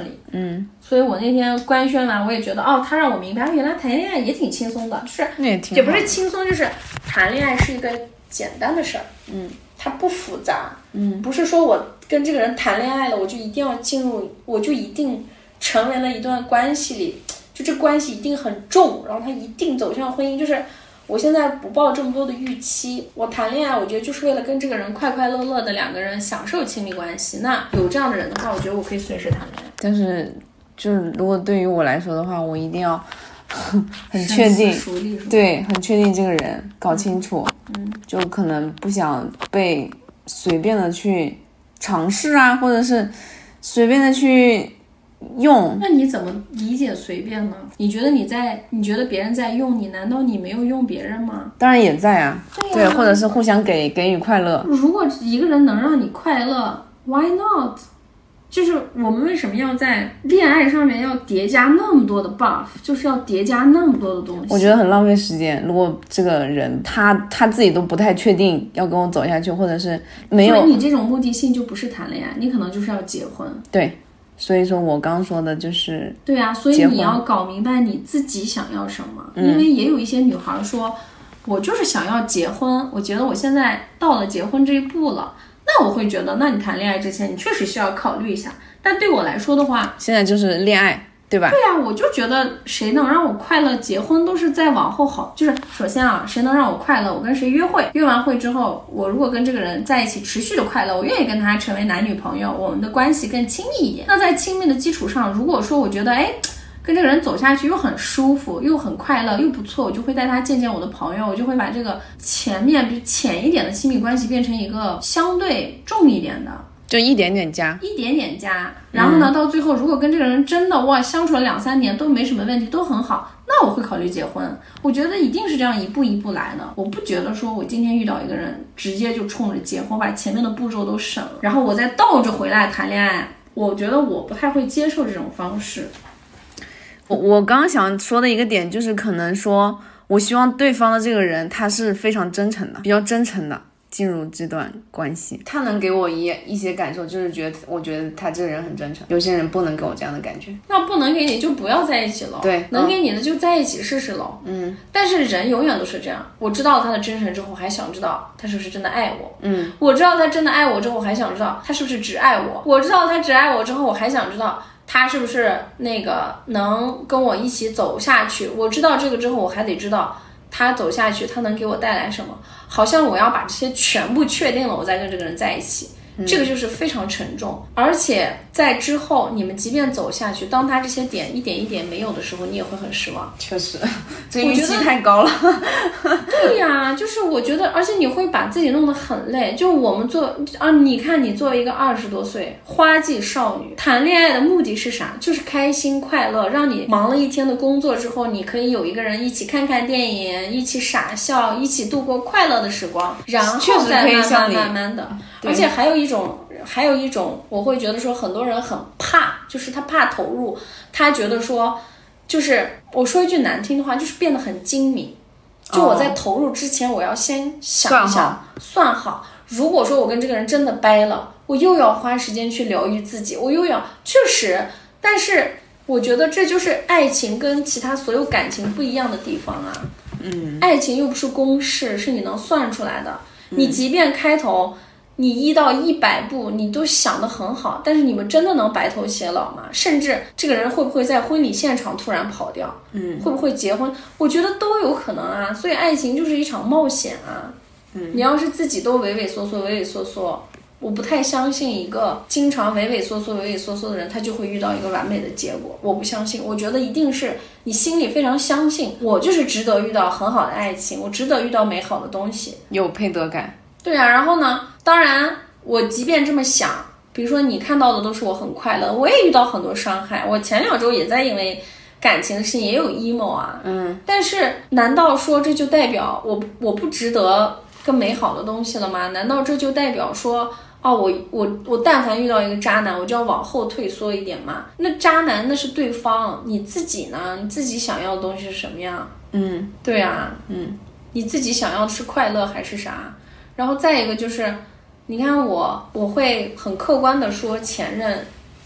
已。 嗯， 所以我那天官宣完，我也觉得哦，他让我明白，原来谈恋爱也挺轻松的，就是也挺也不是轻松，就是谈恋爱是一个简单的事儿， 嗯， 它不复杂， 嗯， 不是说我跟这个人谈恋爱了，我就一定要进入，我就一定成为了一段关系里，就这关系一定很重，然后他一定走向婚姻，就是。我现在不抱这么多的预期，我谈恋爱，我觉得就是为了跟这个人快快乐乐的两个人享受亲密关系。那有这样的人的话，我觉得我可以随时谈恋爱。 但是，就是如果对于我来说的话，我一定要很确定，对，很确定这个人，搞清楚， 嗯， 就可能不想被随便的去尝试啊，或者是随便的去。用， 那你怎么理解随便呢？你觉得你在，你觉得别人在用你，难道你没有用别人吗？ 当然也在啊， 对啊， 对，或者是互相给给予快乐。 如果一个人能让你快乐 ，Why not？ 就是我们为什么要在恋爱上面要叠加那么多的 buff， 就是要叠加那么多的东西？ 我觉得很浪费时间。如果这个人他他自己都不太确定要跟我走下去，或者是没有， 所以你这种目的性就不是谈恋爱，你可能就是要结婚。 对。所以说我刚说的就是对啊，所以你要搞明白你自己想要什么， 嗯、 因为也有一些女孩说，我就是想要结婚，我觉得我现在到了结婚这一步了，那我会觉得，那你谈恋爱之前你确实需要考虑一下。但对我来说的话， 现在就是恋爱，对吧？ 对啊，我就觉得谁能让我快乐，结婚都是再往后好。就是首先啊，谁能让我快乐，我跟谁约会，约完会之后，我如果跟这个人在一起持续的快乐，我愿意跟他成为男女朋友，我们的关系更亲密一点。那在亲密的基础上，如果说我觉得哎，跟这个人走下去又很舒服，又很快乐，又不错，我就会带他见见我的朋友，我就会把这个前面比浅一点的亲密关系变成一个相对重一点的。 就一点点加， 一点点加，然后呢，嗯、到最后如果跟这个人真的哇相处了两三年都没什么问题，都很好，那我会考虑结婚。我觉得一定是这样一步一步来的。我不觉得说我今天遇到一个人直接就冲着结婚，把前面的步骤都省了，然后我再倒着回来谈恋爱，我觉得我不太会接受这种方式。 我我刚刚想说的一个点就是，可能说我希望对方的这个人他是非常真诚的，比较真诚的。进入这段关系，他能给我一一些感受，就是觉得我觉得他这个人很真诚。有些人不能给我这样的感觉， 那不能给你就不要在一起了。 对， 能给你的就在一起试试喽。 嗯， 但是人永远都是这样，我知道他的真诚之后，还想知道他是不是真的爱我。 嗯， 我知道他真的爱我之后，我还想知道他是不是只爱我。我知道他只爱我之后，我还想知道他是不是那个能跟我一起走下去。我知道这个之后，我还得知道他走下去，他能给我带来什么？好像我要把这些全部确定了，我再跟这个人在一起，嗯、这个就是非常沉重。而且在之后，你们即便走下去，当他这些点一点一点没有的时候，你也会很失望。 确实，这预期太高了。 对呀，就是我觉得，而且你会把自己弄得很累。就我们做啊，你看你作为一个二十多岁花季少女，谈恋爱的目的是啥？就是开心快乐，让你忙了一天的工作之后，你可以有一个人一起看看电影，一起傻笑，一起度过快乐的时光，然后再慢慢慢慢的。而且还有一种，还有一种，我会觉得说，很多人很怕，就是他怕投入，他觉得说，就是我说一句难听的话，就是变得很精明。就我在投入之前，我要先想一想，算好。如果说我跟这个人真的掰了，我又要花时间去疗愈自己，我又要确实，但是我觉得这就是爱情跟其他所有感情不一样的地方啊。 嗯， 爱情又不是公式，是你能算出来的。你即便开头你一到一百步你都想得很好，但是你们真的能白头偕老吗？甚至这个人会不会在婚礼现场突然跑掉？ 嗯， 会不会结婚？我觉得都有可能啊。所以爱情就是一场冒险啊。 嗯， 你要是自己都畏畏缩缩畏畏缩缩，我不太相信一个经常畏畏缩缩畏畏缩缩的人他就会遇到一个完美的结果。我不相信，我觉得一定是你心里非常相信，我就是值得遇到很好的爱情，我值得遇到美好的东西， 有配得感。 对啊，然后呢，当然我即便这么想，比如说你看到的都是我很快乐，我也遇到很多伤害，我前两周也在因为感情的事情也有 emo 啊， 嗯， 但是难道说这就代表我我不值得更美好的东西了吗？难道这就代表说哦，我我我但凡遇到一个渣男，我就要往后退缩一点吗？那渣男那是对方，你自己呢？你自己想要的东西是什么样？ 嗯， 对啊， 嗯， 你自己想要的是快乐还是啥？然后再一个就是，你看我我会很客观的说前任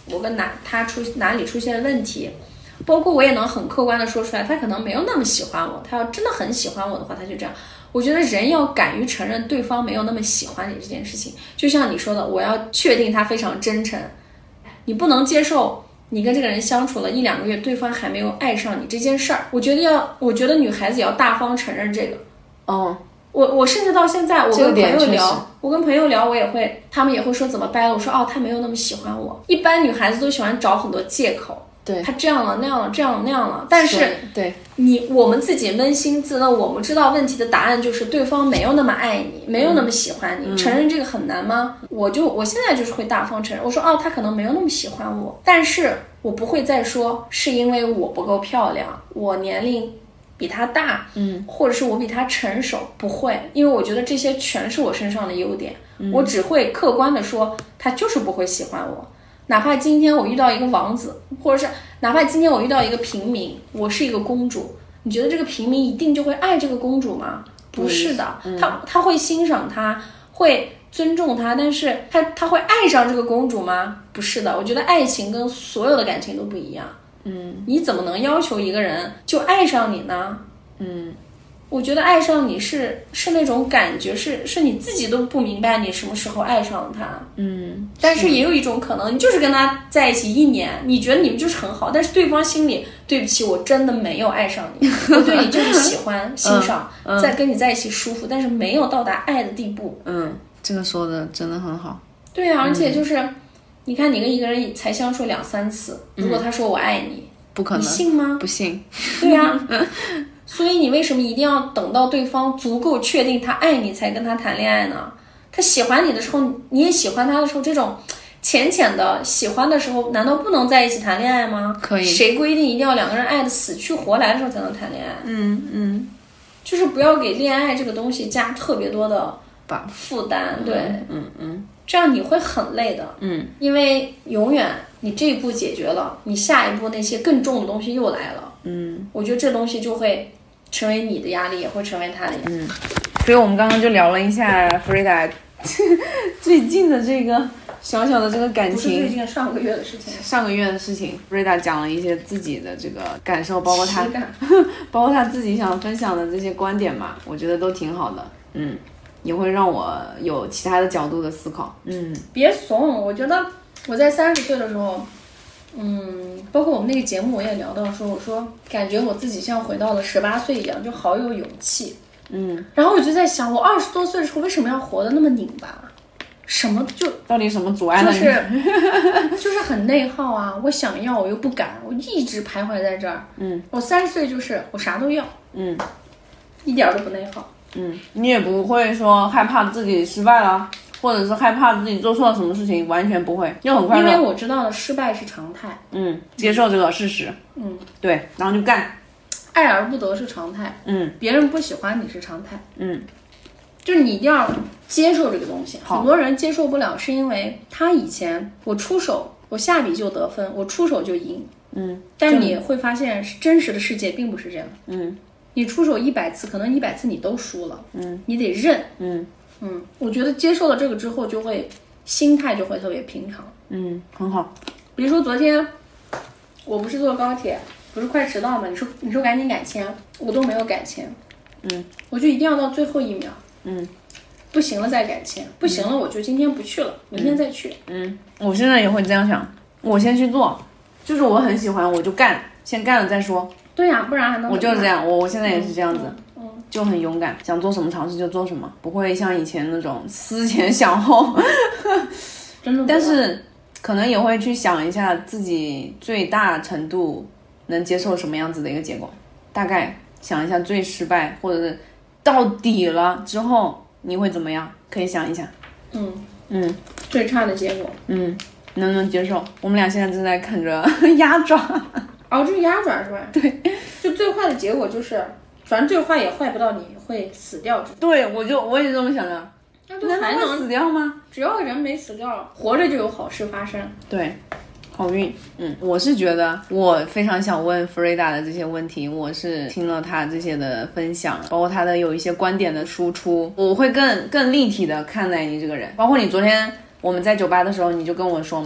我跟哪他出哪里出现问题，包括我也能很客观的说出来，他可能没有那么喜欢我，他要真的很喜欢我的话，他就这样。我觉得人要敢于承认对方没有那么喜欢你这件事情，就像你说的，我要确定他非常真诚，你不能接受你跟这个人相处了一两个月，对方还没有爱上你这件事儿。我觉得要，我觉得女孩子也要大方承认这个。 哦， 我我甚至到现在，我跟朋友这聊，我跟朋友聊，我也会，他们也会说怎么掰了。我说哦，他没有那么喜欢我。一般女孩子都喜欢找很多借口， 对， 他这样了那样了这样了那样了。但是对你我们自己扪心自问，我们知道问题的答案就是对方没有那么爱你，没有那么喜欢你。嗯、承认这个很难吗？我就我现在就是会大方承认，我说哦，他可能没有那么喜欢我，但是我不会再说是因为我不够漂亮，我年龄比他大，嗯，或者是我比他成熟，不会，因为我觉得这些全是我身上的优点，嗯、我只会客观的说他就是不会喜欢我。哪怕今天我遇到一个王子，或者是哪怕今天我遇到一个平民，我是一个公主，你觉得这个平民一定就会爱这个公主吗？不是的，嗯、他他会欣赏她，会尊重她，但是他他会爱上这个公主吗？不是的，我觉得爱情跟所有的感情都不一样。嗯，你怎么能要求一个人就爱上你呢？嗯，我觉得爱上你是是那种感觉，是是你自己都不明白你什么时候爱上了他。嗯，但是也有一种可能，你就是跟他在一起一年，你觉得你们就是很好，但是对方心里对不起，我真的没有爱上你，我对你就是喜欢欣赏，嗯嗯、在跟你在一起舒服，但是没有到达爱的地步。 嗯，这个说的真的很好。 对啊，而且就是。嗯你看，你跟一个人才相处两三次，如果他说我爱你， 嗯、不可能， 你信吗？ 不信。 对呀、啊，所以你为什么一定要等到对方足够确定他爱你才跟他谈恋爱呢？他喜欢你的时候，你也喜欢他的时候，这种浅浅的喜欢的时候，难道不能在一起谈恋爱吗？ 可以。 谁规定一定要两个人爱的死去活来的时候才能谈恋爱？ 嗯嗯， 就是不要给恋爱这个东西加特别多的负担。对， 嗯 嗯, 嗯。 这样你会很累的， 嗯， 因为永远你这一步解决了，你下一步那些更重的东西又来了， 嗯， 我觉得这东西就会成为你的压力，也会成为他的压力。 嗯，所以我们刚刚就聊了一下 Frida 最近的这个小小的这个感情，不是最近上个月的事情， 上个月的事情 ，Frida 讲了一些自己的这个感受，包括他，包括他自己想分享的这些观点嘛，我觉得都挺好的，嗯。也会让我有其他的角度的思考。嗯， 别怂，我觉得我在三十岁的时候，嗯，包括我们那个节目我也聊到说，我说感觉我自己像回到了十八岁一样，就好有勇气。 嗯， 然后我就在想，我二十多岁的时候为什么要活得那么拧巴？什么就到底什么阻碍了你？ 就是就是很内耗啊！我想要我又不敢，我一直徘徊在这儿。 嗯， 我三十岁就是我啥都要。 嗯， 一点都不内耗。 嗯，你也不会说害怕自己失败了，或者是害怕自己做错了什么事情，完全不会，就很快乐。 因为我知道了失败是常态。 嗯，接受这个事实。 嗯， 对，然后就干。 爱而不得是常态。 嗯， 别人不喜欢你是常态。 嗯， 就是你一定要接受这个东西。很多人接受不了，是因为他以前我出手，我下笔就得分，我出手就赢。 嗯， 但你会发现，真实的世界并不是这样。 嗯。 你出手一百次，可能一百次你都输了， 嗯， 你得认， 嗯嗯，我觉得接受了这个之后，就会心态就会特别平常， 嗯，很好。 比如说昨天我不是坐高铁，不是快迟到吗？你说你说赶紧改签，我都没有改签， 嗯， 我就一定要到最后一秒， 嗯， 不行了再改签，不行了我就今天不去了，嗯、明天再去， 嗯，我现在也会这样想，我先去做，就是我很喜欢我就干，先干了再说。 对呀、啊，不然还能我就是这样，我我现在也是这样子， 嗯，嗯就很勇敢，想做什么尝试就做什么，不会像以前那种思前想后， 真的。 但是可能也会去想一下自己最大程度能接受什么样子的一个结果，大概想一下最失败或者是到底了之后你会怎么样，可以想一下。 嗯嗯， 最差的结果， 嗯，能不能接受？我们俩现在正在啃着鸭爪。 哦，这是鸭爪是吧？ 对， 就最坏的结果就是，反正最坏也坏不到你会死掉。 对，我就我也这么想的。 那就还能死掉吗？ 只要人没死掉，活着就有好事发生。 对，好运。嗯，我是觉得我非常想问 Frida 的这些问题，我是听了她这些的分享，包括她的有一些观点的输出，我会更更立体的看待你这个人。包括你昨天我们在酒吧的时候，你就跟我说嘛。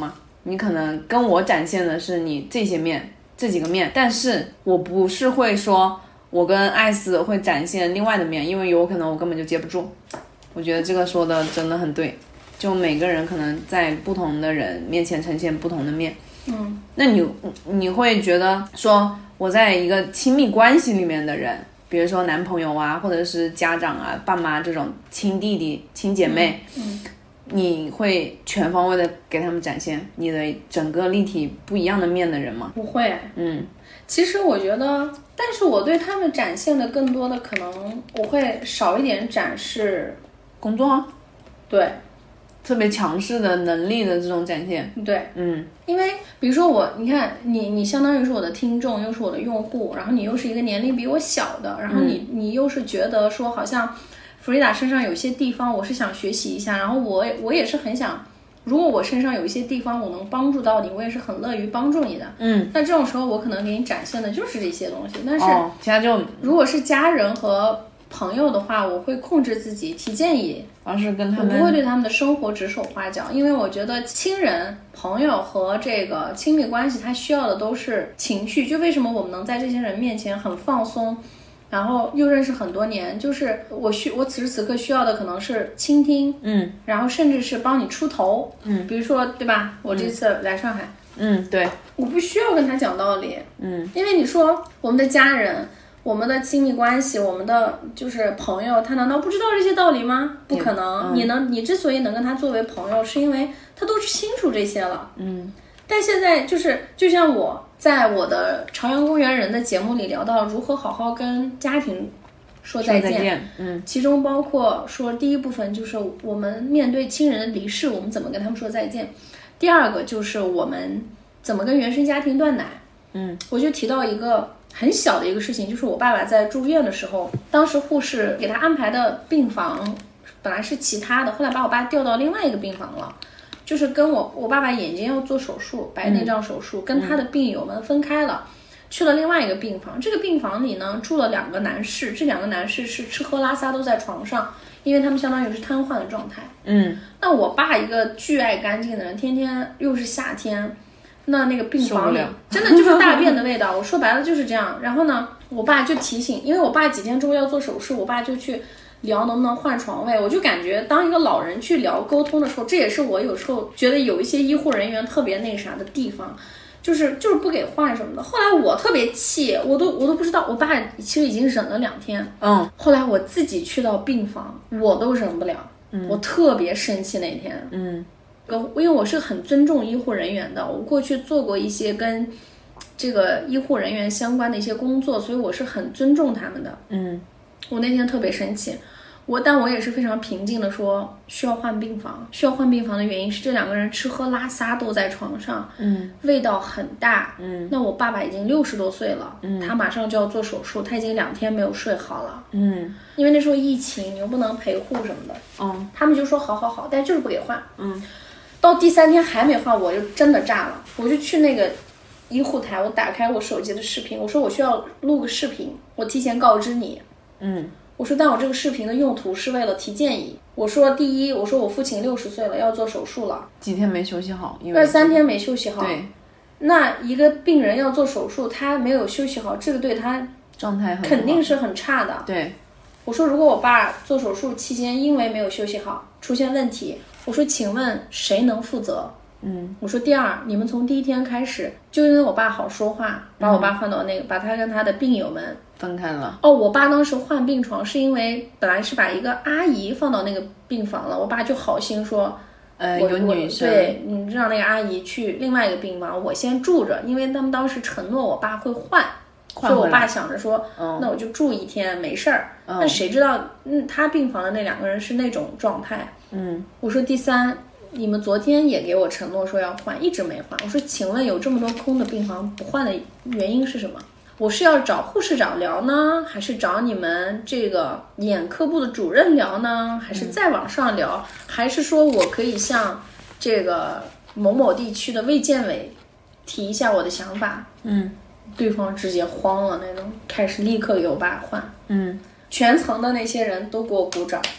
你可能跟我展现的是你这些面这几个面，但是我不是会说我跟艾斯会展现另外的面，因为有可能我根本就接不住。我觉得这个说的真的很对，就每个人可能在不同的人面前呈现不同的面。 嗯， 那你你会觉得说我在一个亲密关系里面的人，比如说男朋友啊，或者是家长啊、爸妈这种亲弟弟、亲姐妹， 嗯，嗯你会全方位的给他们展现你的整个立体不一样的面的人吗？ 不会。 嗯， 其实我觉得，但是我对他们展现的更多的可能我会少一点展示工作， 对， 特别强势的能力的这种展现。 对， 嗯， 因为比如说我，你看你，你相当于是我的听众，又是我的用户，然后你又是一个年龄比我小的，然后你、嗯、你又是觉得说好像弗里达身上有些地方我是想学习一下，然后我我也是很想，如果我身上有一些地方我能帮助到你，我也是很乐于帮助你的。嗯，那这种时候我可能给你展现的就是这些东西，但是、哦、 其他就如果是家人和朋友的话，我会控制自己提建议， 而是跟他们， 我不会对他们的生活指手画脚，因为我觉得亲人、朋友和这个亲密关系，他需要的都是情绪。就为什么我们能在这些人面前很放松，然后又认识很多年，就是我需我此时此刻需要的可能是倾听，嗯，然后甚至是帮你出头，嗯，比如说对吧？我这次来上海， 嗯，对， 我不需要跟他讲道理，嗯，因为你说我们的家人。我们的亲密关系，我们的就是朋友，他难道不知道这些道理吗？不可能。嗯、你能，你之所以能跟他作为朋友，是因为他都清楚这些了。嗯。但现在就是，就像我在我的朝阳公园人的节目里聊到如何好好跟家庭说再见。 说再见。嗯。 其中包括说，第一部分就是我们面对亲人的离世，我们怎么跟他们说再见；第二个就是我们怎么跟原生家庭断奶。嗯。我就提到一个。很小的一个事情，就是我爸爸在住院的时候，当时护士给他安排的病房本来是其他的，后来把我爸调到另外一个病房了，就是跟我我爸爸眼睛要做手术，白内障手术，嗯、跟他的病友们分开了，嗯、去了另外一个病房。这个病房里呢住了两个男士，这两个男士是吃喝拉撒都在床上，因为他们相当于是瘫痪的状态。嗯，那我爸一个巨爱干净的人，天天又是夏天。那那个病房里真的就是大便的味道，我说白了就是这样。然后呢，我爸就提醒，因为我爸几天之后要做手术，我爸就去聊能不能换床位。我就感觉当一个老人去聊沟通的时候，这也是我有时候觉得有一些医护人员特别那啥的地方，就是就是不给换什么的。后来我特别气，我都我都不知道，我爸其实已经忍了两天，嗯，后来我自己去到病房，我都忍不了，嗯，我特别生气那天，嗯。因为我是很尊重医护人员的，我过去做过一些跟这个医护人员相关的一些工作，所以我是很尊重他们的。嗯，我那天特别生气，我但我也是非常平静的说需要换病房。需要换病房的原因是这两个人吃喝拉撒都在床上，嗯，味道很大。嗯，那我爸爸已经六十多岁了，嗯，他马上就要做手术，他已经两天没有睡好了。嗯，因为那时候疫情，你又不能陪护什么的。嗯，他们就说好好好，但就是不给换。嗯。到第三天还没换，我就真的炸了。我就去那个医护台，我打开我手机的视频，我说我需要录个视频，我提前告知你。嗯，我说但我这个视频的用途是为了提建议。我说第一，我说我父亲六十岁了，要做手术了， 几天没休息好，因为二三天没休息好。 对， 那一个病人要做手术，他没有休息好，这个对他状态很肯定是很差的。 对， 我说如果我爸做手术期间因为没有休息好出现问题。我说请问谁能负责？嗯，我说第二，你们从第一天开始就因为我爸好说话，把我爸换到那个、嗯、把他跟他的病友们分开了。 哦，我爸当时换病床是因为本来是把一个阿姨放到那个病房了，我爸就好心说呃有女生， 对，你让那个阿姨去另外一个病房，我先住着，因为他们当时承诺我爸会换，所以我爸想着说、嗯、那我就住一天没事儿、嗯、那谁知道嗯他病房的那两个人是那种状态。嗯，我说第三，你们昨天也给我承诺说要换，一直没换。我说请问有这么多空的病房不换的原因是什么？我是要找护士长聊呢，还是找你们这个眼科部的主任聊呢，还是再往上聊、嗯、还是说我可以向这个某某地区的卫健委提一下我的想法？嗯，对方直接慌了那种，开始立刻给我爸换。嗯，全层的那些人都给我鼓掌。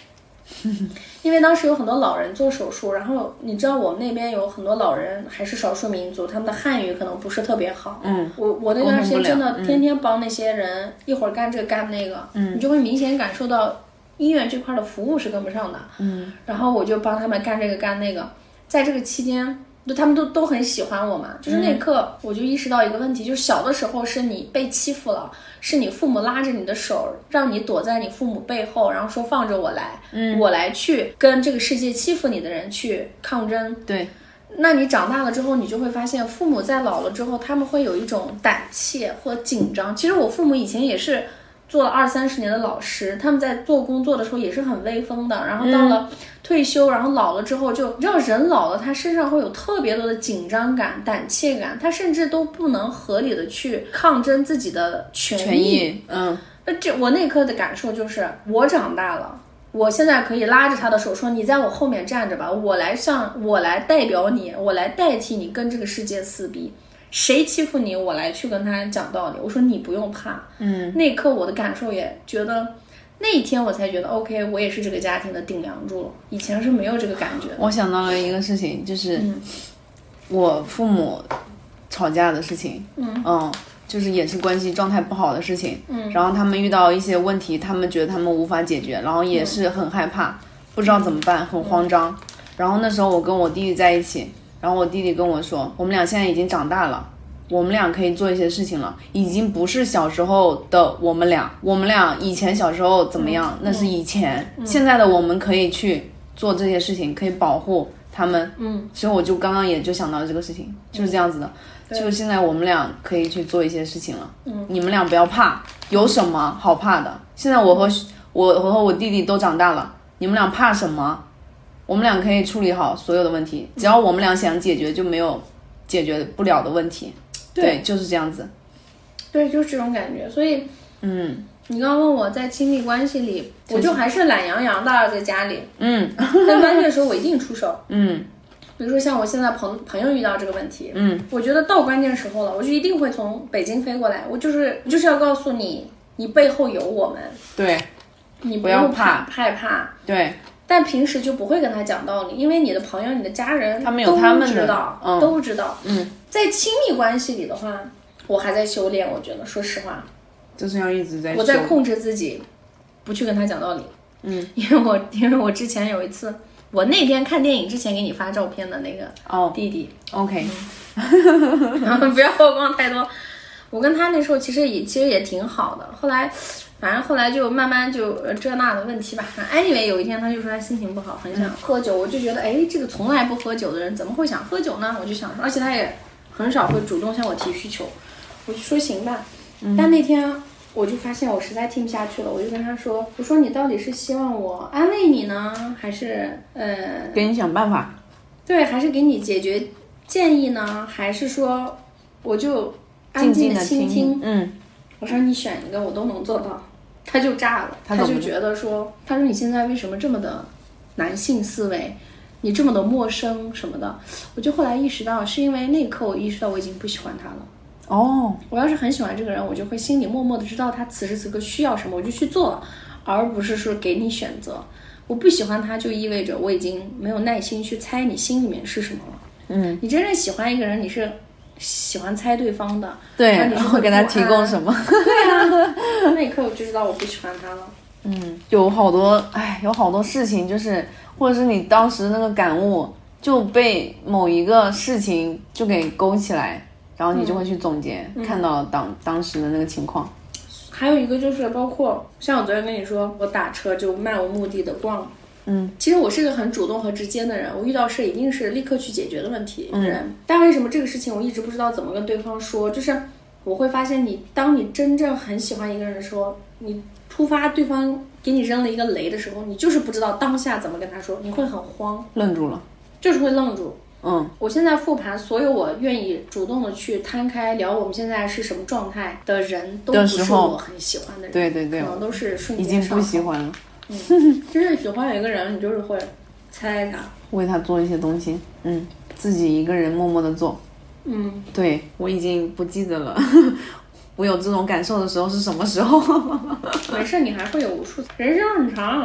因为当时有很多老人做手术，然后你知道我们那边有很多老人还是少数民族，他们的汉语可能不是特别好。 嗯， 我我那段时间真的嗯、 天天帮那些人，一会儿干这个干那个，嗯，你就会明显感受到医院这块的服务是跟不上的。 嗯， 然后我就帮他们干这个干那个，在这个期间。就他们都都很喜欢我嘛，就是那一刻我就意识到一个问题，就是小的时候是你被欺负了，是你父母拉着你的手，让你躲在你父母背后，然后说放着我来，嗯，我来去跟这个世界欺负你的人去抗争。 对， 那你长大了之后，你就会发现，父母在老了之后，他们会有一种胆怯或紧张。其实我父母以前也是做了二三十年的老师，他们在做工作的时候也是很威风的，然后到了退休，然后老了之后就，你知道人老了，他身上会有特别多的紧张感、胆怯感，他甚至都不能合理的去抗争自己的权益。 权益，嗯， 那这我那一刻的感受就是，我长大了。我现在可以拉着他的手说，你在我后面站着吧，我来上，我来代表你，我来代替你跟这个世界撕逼，谁欺负你我来去跟他讲道理。我说你不用怕。 嗯， 那一刻我的感受也觉得，那一天我才觉得 OK， 我也是这个家庭的顶梁柱了，以前是没有这个感觉的。 我想到了一个事情，就是我父母吵架的事情。嗯嗯，就是也是关系状态不好的事情。嗯，然后他们遇到一些问题，他们觉得他们无法解决，然后也是很害怕，嗯、不知道怎么办，很慌张。然后那时候我跟我弟弟在一起，然后我弟弟跟我说，我们俩现在已经长大了，我们俩可以做一些事情了，已经不是小时候的我们俩，我们俩以前小时候怎么样，嗯、那是以前，嗯、现在的我们可以去做这些事情，可以保护他们。嗯，所以我就刚刚也就想到这个事情，就是这样子的。就现在我们俩可以去做一些事情了，嗯，你们俩不要怕，有什么好怕的？现在我和我和我弟弟都长大了，你们俩怕什么？我们俩可以处理好所有的问题，只要我们俩想解决，就没有解决不了的问题。对，对，就是这样子。对，就是这种感觉。所以，嗯，你刚刚问我在亲密关系里，我就还是懒洋洋的在家里，嗯，但关键的时候我一定出手，嗯。比如说像我现在朋朋友遇到这个问题，嗯，我觉得到关键时候了，我就一定会从北京飞过来，我就是就是要告诉你，你背后有我们，对，你不用怕害怕，对，但平时就不会跟他讲道理，因为你的朋友、你的家人，他们有他们的都知道，嗯、都知道，嗯，在亲密关系里的话，我还在修炼，我觉得，说实话，就是要一直在修，我在控制自己，不去跟他讲道理，嗯，因为我因为我之前有一次。我那天看电影之前给你发照片的那个弟弟、oh, ，OK，、嗯、然后不要曝光太多。我跟他那时候其实也其实也挺好的，后来反正后来就慢慢就这那的问题吧。anyway， 有一天他就说他心情不好，很想喝酒，我就觉得哎，这个从来不喝酒的人怎么会想喝酒呢？我就想说，而且他也很少会主动向我提需求，我就说行吧。嗯、但那天。我就发现我实在听不下去了，我就跟他说，我说你到底是希望我安慰你呢，还是呃给你想办法？对，还是给你解决建议呢，还是说我就安静的倾听？嗯，我说你选一个，我都能做到。他就炸了，他就觉得说，他说你现在为什么这么的男性思维，你这么的陌生什么的？我就后来意识到，是因为那一刻我意识到我已经不喜欢他了。哦，我要是很喜欢这个人，我就会心里默默的知道他此时此刻需要什么，我就去做，而不是说给你选择。我不喜欢他，就意味着我已经没有耐心去猜你心里面是什么了。嗯，你真正喜欢一个人，你是喜欢猜对方的，对，然后你会给他提供什么？对啊，那一刻我就知道我不喜欢他了。嗯，有好多，哎，有好多事情，就是或者是你当时那个感悟就被某一个事情就给勾起来。然后你就会去总结，嗯、看到当当时的那个情况。还有一个就是包括像我昨天跟你说，我打车就漫无目的的逛。嗯，其实我是个很主动和直接的人，我遇到事一定是立刻去解决的问题的人。嗯、但为什么这个事情我一直不知道怎么跟对方说？就是我会发现你，当你真正很喜欢一个人的时候，你突发对方给你扔了一个雷的时候，你就是不知道当下怎么跟他说，你会很慌，愣住了，就是会愣住。嗯，我现在复盘，所有我愿意主动的去摊开聊我们现在是什么状态的人，都不是我很喜欢的人。对对对，可能都是瞬间已经不喜欢了。嗯，真正喜欢有一个人，你就是会猜他，为他做一些东西。嗯，自己一个人默默的做。嗯，对，我已经不记得了。我有这种感受的时候是什么时候？没事，你还会有无数次。人生很长。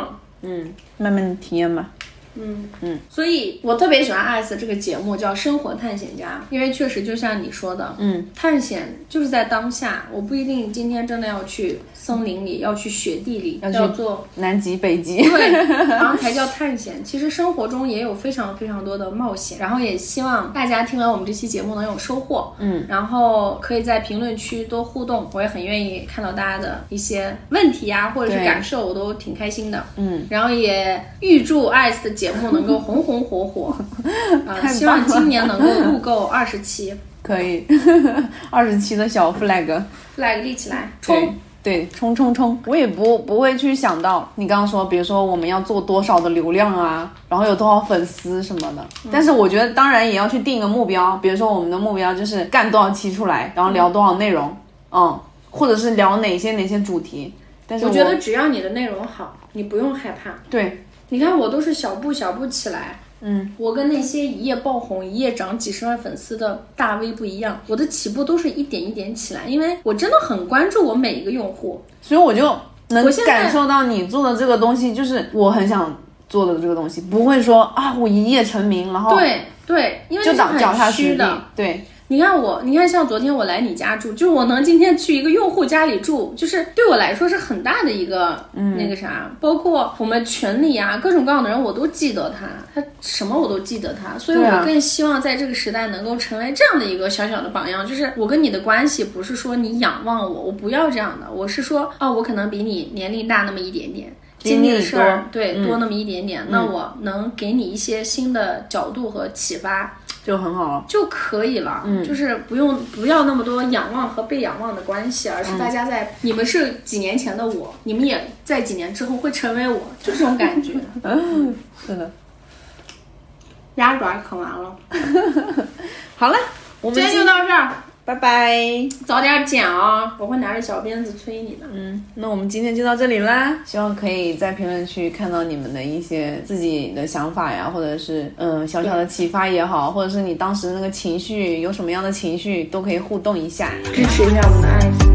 嗯，慢慢体验吧。 嗯嗯， 所以我特别喜欢 ice 这个节目，叫《生活探险家》，因为确实就像你说的， 嗯， 探险就是在当下，我不一定今天真的要去森林里，要去雪地里， 要去要做南极、北极， 对，然后才叫探险。其实生活中也有非常非常多的冒险，然后也希望大家听完我们这期节目能有收获， 嗯， 然后可以在评论区多互动，我也很愿意看到大家的一些问题啊，或者是感受，我都挺开心的， 嗯， 然后也预祝 ice 的节目能够红红火火，啊、呃，希望今年能够录够二十期， 可以，二十期的小 flag flag 立起来，冲！ 对，冲冲冲！我也不不会去想到你刚刚说，比如说我们要做多少的流量啊，然后有多少粉丝什么的。嗯、但是我觉得当然也要去定一个目标，比如说我们的目标就是干多少期出来，然后聊多少内容，嗯，嗯或者是聊哪些哪些主题。但是我, 我觉得只要你的内容好，你不用害怕。 对， 你看我都是小步小步起来。 嗯， 我跟那些一夜爆红、一夜涨几十万粉丝的大 V 不一样，我的起步都是一点一点起来，因为我真的很关注我每一个用户， 所以我就能感受到你做的这个东西就是我很想做的这个东西，不会说啊我一夜成名，然后对对，因为就脚踏实地，对。 你看我，你看像昨天我来你家住，就是我能今天去一个用户家里住，就是对我来说是很大的一个、嗯、那个啥，包括我们群里啊，各种各样的人我都记得他，他什么我都记得他，所以我更希望在这个时代能够成为这样的一个小小的榜样，就是我跟你的关系不是说你仰望我，我不要这样的，我是说哦，我可能比你年龄大那么一点点。经历的事儿对、嗯、多那么一点点、嗯，那我能给你一些新的角度和启发， 就很好了， 就可以了。嗯，就是不用不要那么多仰望和被仰望的关系，而是大家在、嗯、你们是几年前的我，你们也在几年之后会成为我，就这种感觉。 嗯，是的。 鸭爪啃完了， 好了，我们今天就到这儿。 拜拜， 早点剪啊！我会拿着小鞭子催你的。 嗯，那我们今天就到这里啦。希望可以在评论区看到你们的一些自己的想法呀，或者是嗯小小的启发也好，或者是你当时那个情绪有什么样的情绪，都可以互动一下， 支持一下我们的爱子。